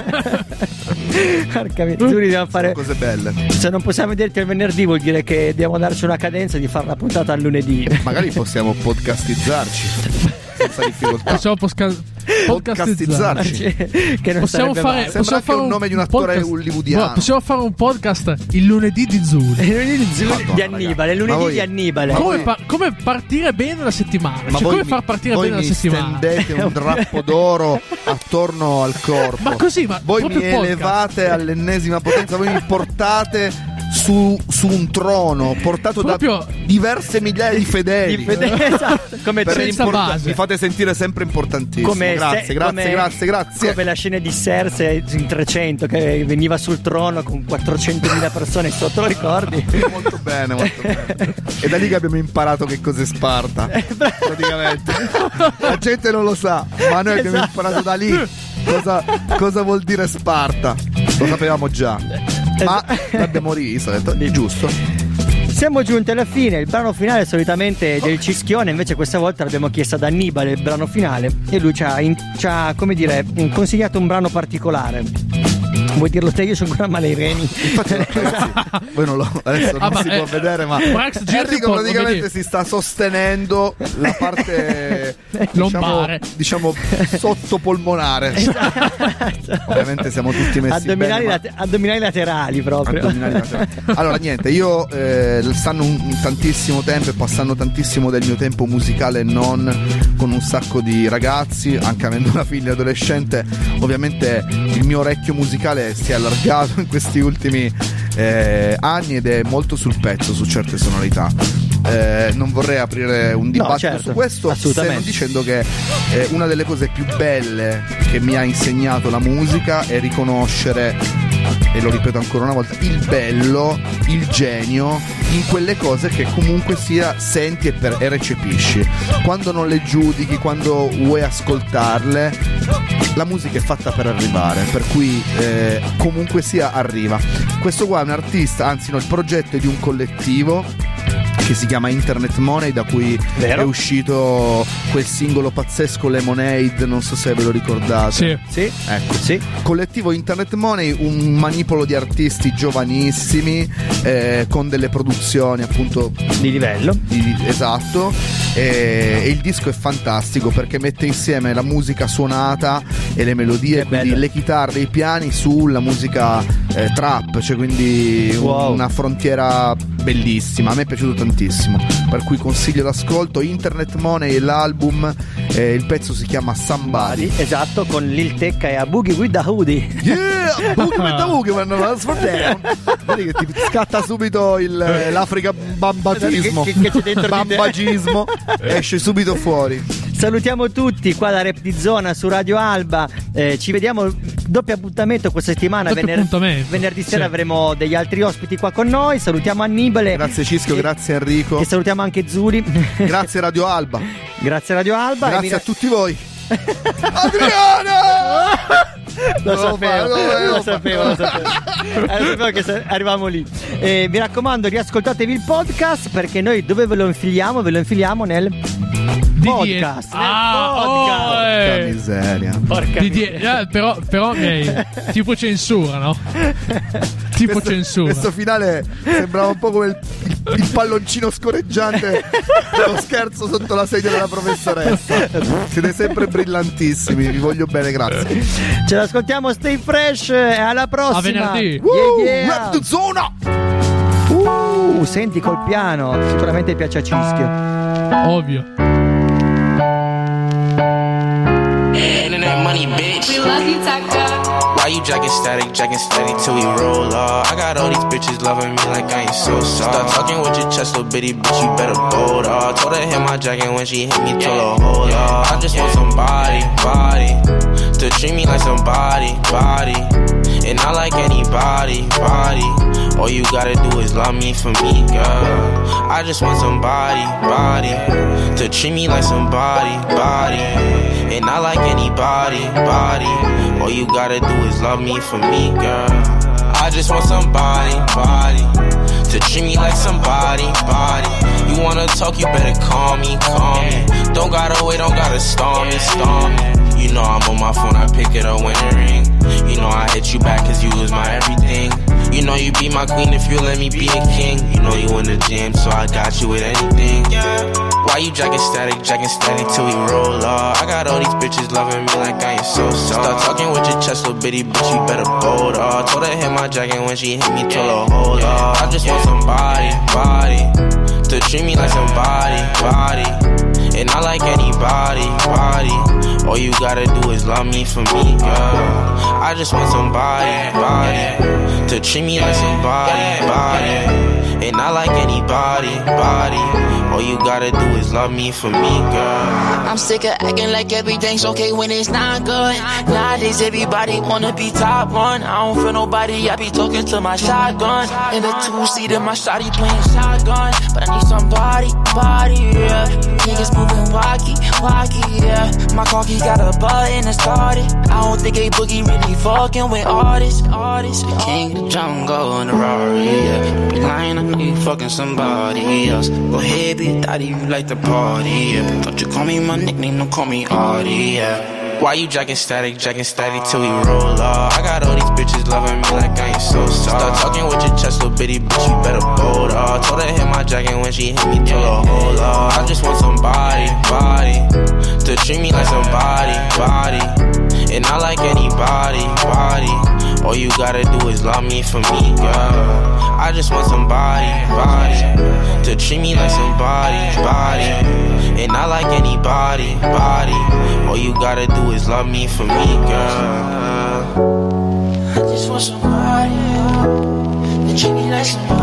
Porca mia, Zuri dobbiamo fare cose belle. Se non possiamo dirti il venerdì vuol dire che dobbiamo darci una cadenza di fare la puntata al lunedì. Magari possiamo podcastizzarci. senza difficoltà. Possiamo posca- podcastizzarci. Che non possiamo sarebbe fare, male. Sembra possiamo anche fare un nome di un attore podcast- hollywoodiano. Boh, possiamo fare un podcast il lunedì di Zuli. Il lunedì di, Zuli- Madonna, di Annibale, il lunedì Ma voi- di Annibale. Come, pa- come partire bene la settimana? Ma Cioè, voi come mi- far partire voi bene la mi settimana? stendete un drappo d'oro attorno al corpo. Ma così, ma voi mi proprio podcast. elevate all'ennesima potenza, voi mi portate su, su un trono portato Proprio- da diverse migliaia di fedeli. Di fede- esatto, come, Per senza l'importa- base. mi fate sentire sempre importantissimo. come grazie, se- grazie, come- grazie, grazie. come la scena di Cersei in trecento che veniva sul trono con quattrocentomila persone sotto, lo ricordi? Molto bene, molto bene. E da lì che abbiamo imparato che cos'è Sparta. Praticamente. La gente non lo sa, ma noi abbiamo Esatto. imparato da lì cosa, cosa vuol dire Sparta. Lo sapevamo già. Ma l'abbiamo rivisto, ho detto, è giusto. Siamo giunti alla fine, il brano finale solitamente è del Cischione, invece questa volta l'abbiamo chiesto ad Annibale il brano finale e lui ci ha, in- ci ha, come dire, consigliato un brano particolare. Vuoi dirlo te? Io sono ancora male ai reni. Infatti, ragazzi, voi non lo, adesso non Ah, ma si è- può vedere, ma Max, girati un Enrico po', praticamente vedi? si sta sostenendo la parte diciamo, Lombare. diciamo sottopolmonare. Ovviamente siamo tutti messi Addominali, bene, ma- late- addominali laterali proprio. Addominali laterali. Allora niente, io eh, stanno un, un tantissimo tempo e passando tantissimo del mio tempo musicale e non con un sacco di ragazzi, anche avendo una figlia adolescente, ovviamente il mio orecchio musicale si è allargato in questi ultimi eh, anni ed è molto sul pezzo su certe sonorità. Eh, non vorrei aprire un dibattito certo, su questo, se assolutamente. non dicendo che eh, una delle cose più belle che mi ha insegnato la musica è riconoscere, e lo ripeto ancora una volta, il bello, il genio in quelle cose che comunque sia senti e, per, e recepisci. Quando non le giudichi, quando vuoi ascoltarle, la musica è fatta per arrivare, per cui eh, comunque sia arriva. Questo qua è un artista, anzi no, il progetto è di un collettivo che si chiama Internet Money, da cui Vero? è uscito quel singolo pazzesco Lemonade, non so se ve lo ricordate. Sì. Sì, Ecco, sì. collettivo Internet Money, un manipolo di artisti giovanissimi eh, con delle produzioni appunto Di livello. di- esatto, e, e il disco è fantastico perché mette insieme la musica suonata e le melodie, Che quindi bello. le chitarre e i piani sulla musica eh, trap, cioè quindi Wow. una frontiera bellissima, a me è piaciuto tantissimo, per cui consiglio l'ascolto. Internet Money è l'album, eh, il pezzo si chiama Somebody. Esatto, con Lil Tecca e a Boogie with the Hoodie. Yeah, Boogie with the Boogie, man, let's for down. Vedi che ti scatta subito il, l'Africa bambagismo. Che- che- che c'è dentro di te. Bambagismo esce subito fuori. Salutiamo tutti qua da Rap di Zona su Radio Alba. Eh, ci vediamo doppio appuntamento questa settimana. Doppio Vener- appuntamento. venerdì sera Sì. avremo degli altri ospiti qua con noi. Salutiamo Annibale. Grazie Cischio, E- grazie Enrico. E salutiamo anche Zuri. Grazie Radio Alba. Grazie Radio Alba. Grazie E a mi- tutti voi. Adriano! Lo Non lo sapevo, fa, non lo- non lo lo sapevo, lo sapevo. Eh, lo sapevo che sa- arrivavamo lì. Eh, mi raccomando, riascoltatevi il podcast perché noi dove ve lo infiliamo? Ve lo infiliamo nel podcast. Nel Ah, podcast. oh, Che eh. miseria. Porca Di- di- miseria. eh, però, però mi hai- tipo censura, no? Tipo questo, censura. questo finale sembrava un po' come il, il- il palloncino scorreggiante dello scherzo sotto la sedia della professoressa. Siete sempre brillantissimi, vi voglio bene, grazie. Ce l'ascoltiamo, stay fresh e alla prossima. A venerdì. Yeah, Woo, yeah. Rap the Zona! Uh, senti col piano, sicuramente piace a Cischio. Ovvio. Internet money, bitch. We love you, Taka. Why you jacking static, jacking steady till we roll off? I got all these bitches loving me like I ain't so soft. Stop talking with your chest, little bitty bitch, you better bold off. Told her hit my jacket when she hit me, told her hold off. I just want somebody, body, to treat me like somebody, body, and not like anybody, body. All you gotta do is love me for me, girl. I just want somebody, body, to treat me like somebody, body, and not like anybody, body. All you gotta do is love me for me, girl. I just want somebody, body, to treat me like somebody, body. You wanna talk, you better call me, call me. Don't gotta wait, don't gotta storm me, storm me. You know I'm on my phone, I pick it up when it ring. You know I hit you back cause you was my everything. You know know you be my queen if you let me be a king. You know you in the gym, so I got you with anything. Why you jacking static, jacking static till we roll off? I got all these bitches loving me like I ain't so soft. Start talking with your chest, little bitty bitch, you better bold off. Told her hit my jacket when she hit me, told her hold off. I just want somebody, body, to treat me like somebody, body, and not like anybody, body. All you gotta do is love me for me, girl. I just want somebody, body, to treat me like somebody, body, and not like anybody, body. All you gotta do is love me for me, girl. I'm sick of acting like everything's okay when it's not good. Nowadays everybody wanna be top one. I don't feel nobody, I be talking to my shotgun. In the two-seater, my shawty playing shotgun. But I need somebody, body, yeah. Niggas moving walkie, walkie, yeah. My car key got a button to start it. I don't think a boogie really fucking with artists, artists. The king of the jungle in the Rari, yeah. Be lying, I know you fucking somebody else. Go ahead, be a daddy, you like the party, yeah. Don't you call me my nickname, don't call me Artie, yeah. Why you jacking static, jacking static till we roll off? I got all these bitches loving me like I ain't so soft. Start talking with your chest, little bitty bitch, you better bold off. Told her hit my jacket when she hit me, told her hold off. I just want somebody, body, to treat me like somebody, body, and not like anybody, body. All you gotta do is love me for me, girl. I just want somebody, body, to treat me like somebody, body, and not like anybody, body. All you gotta do is love me for me, girl. I just want somebody to treat me like somebody.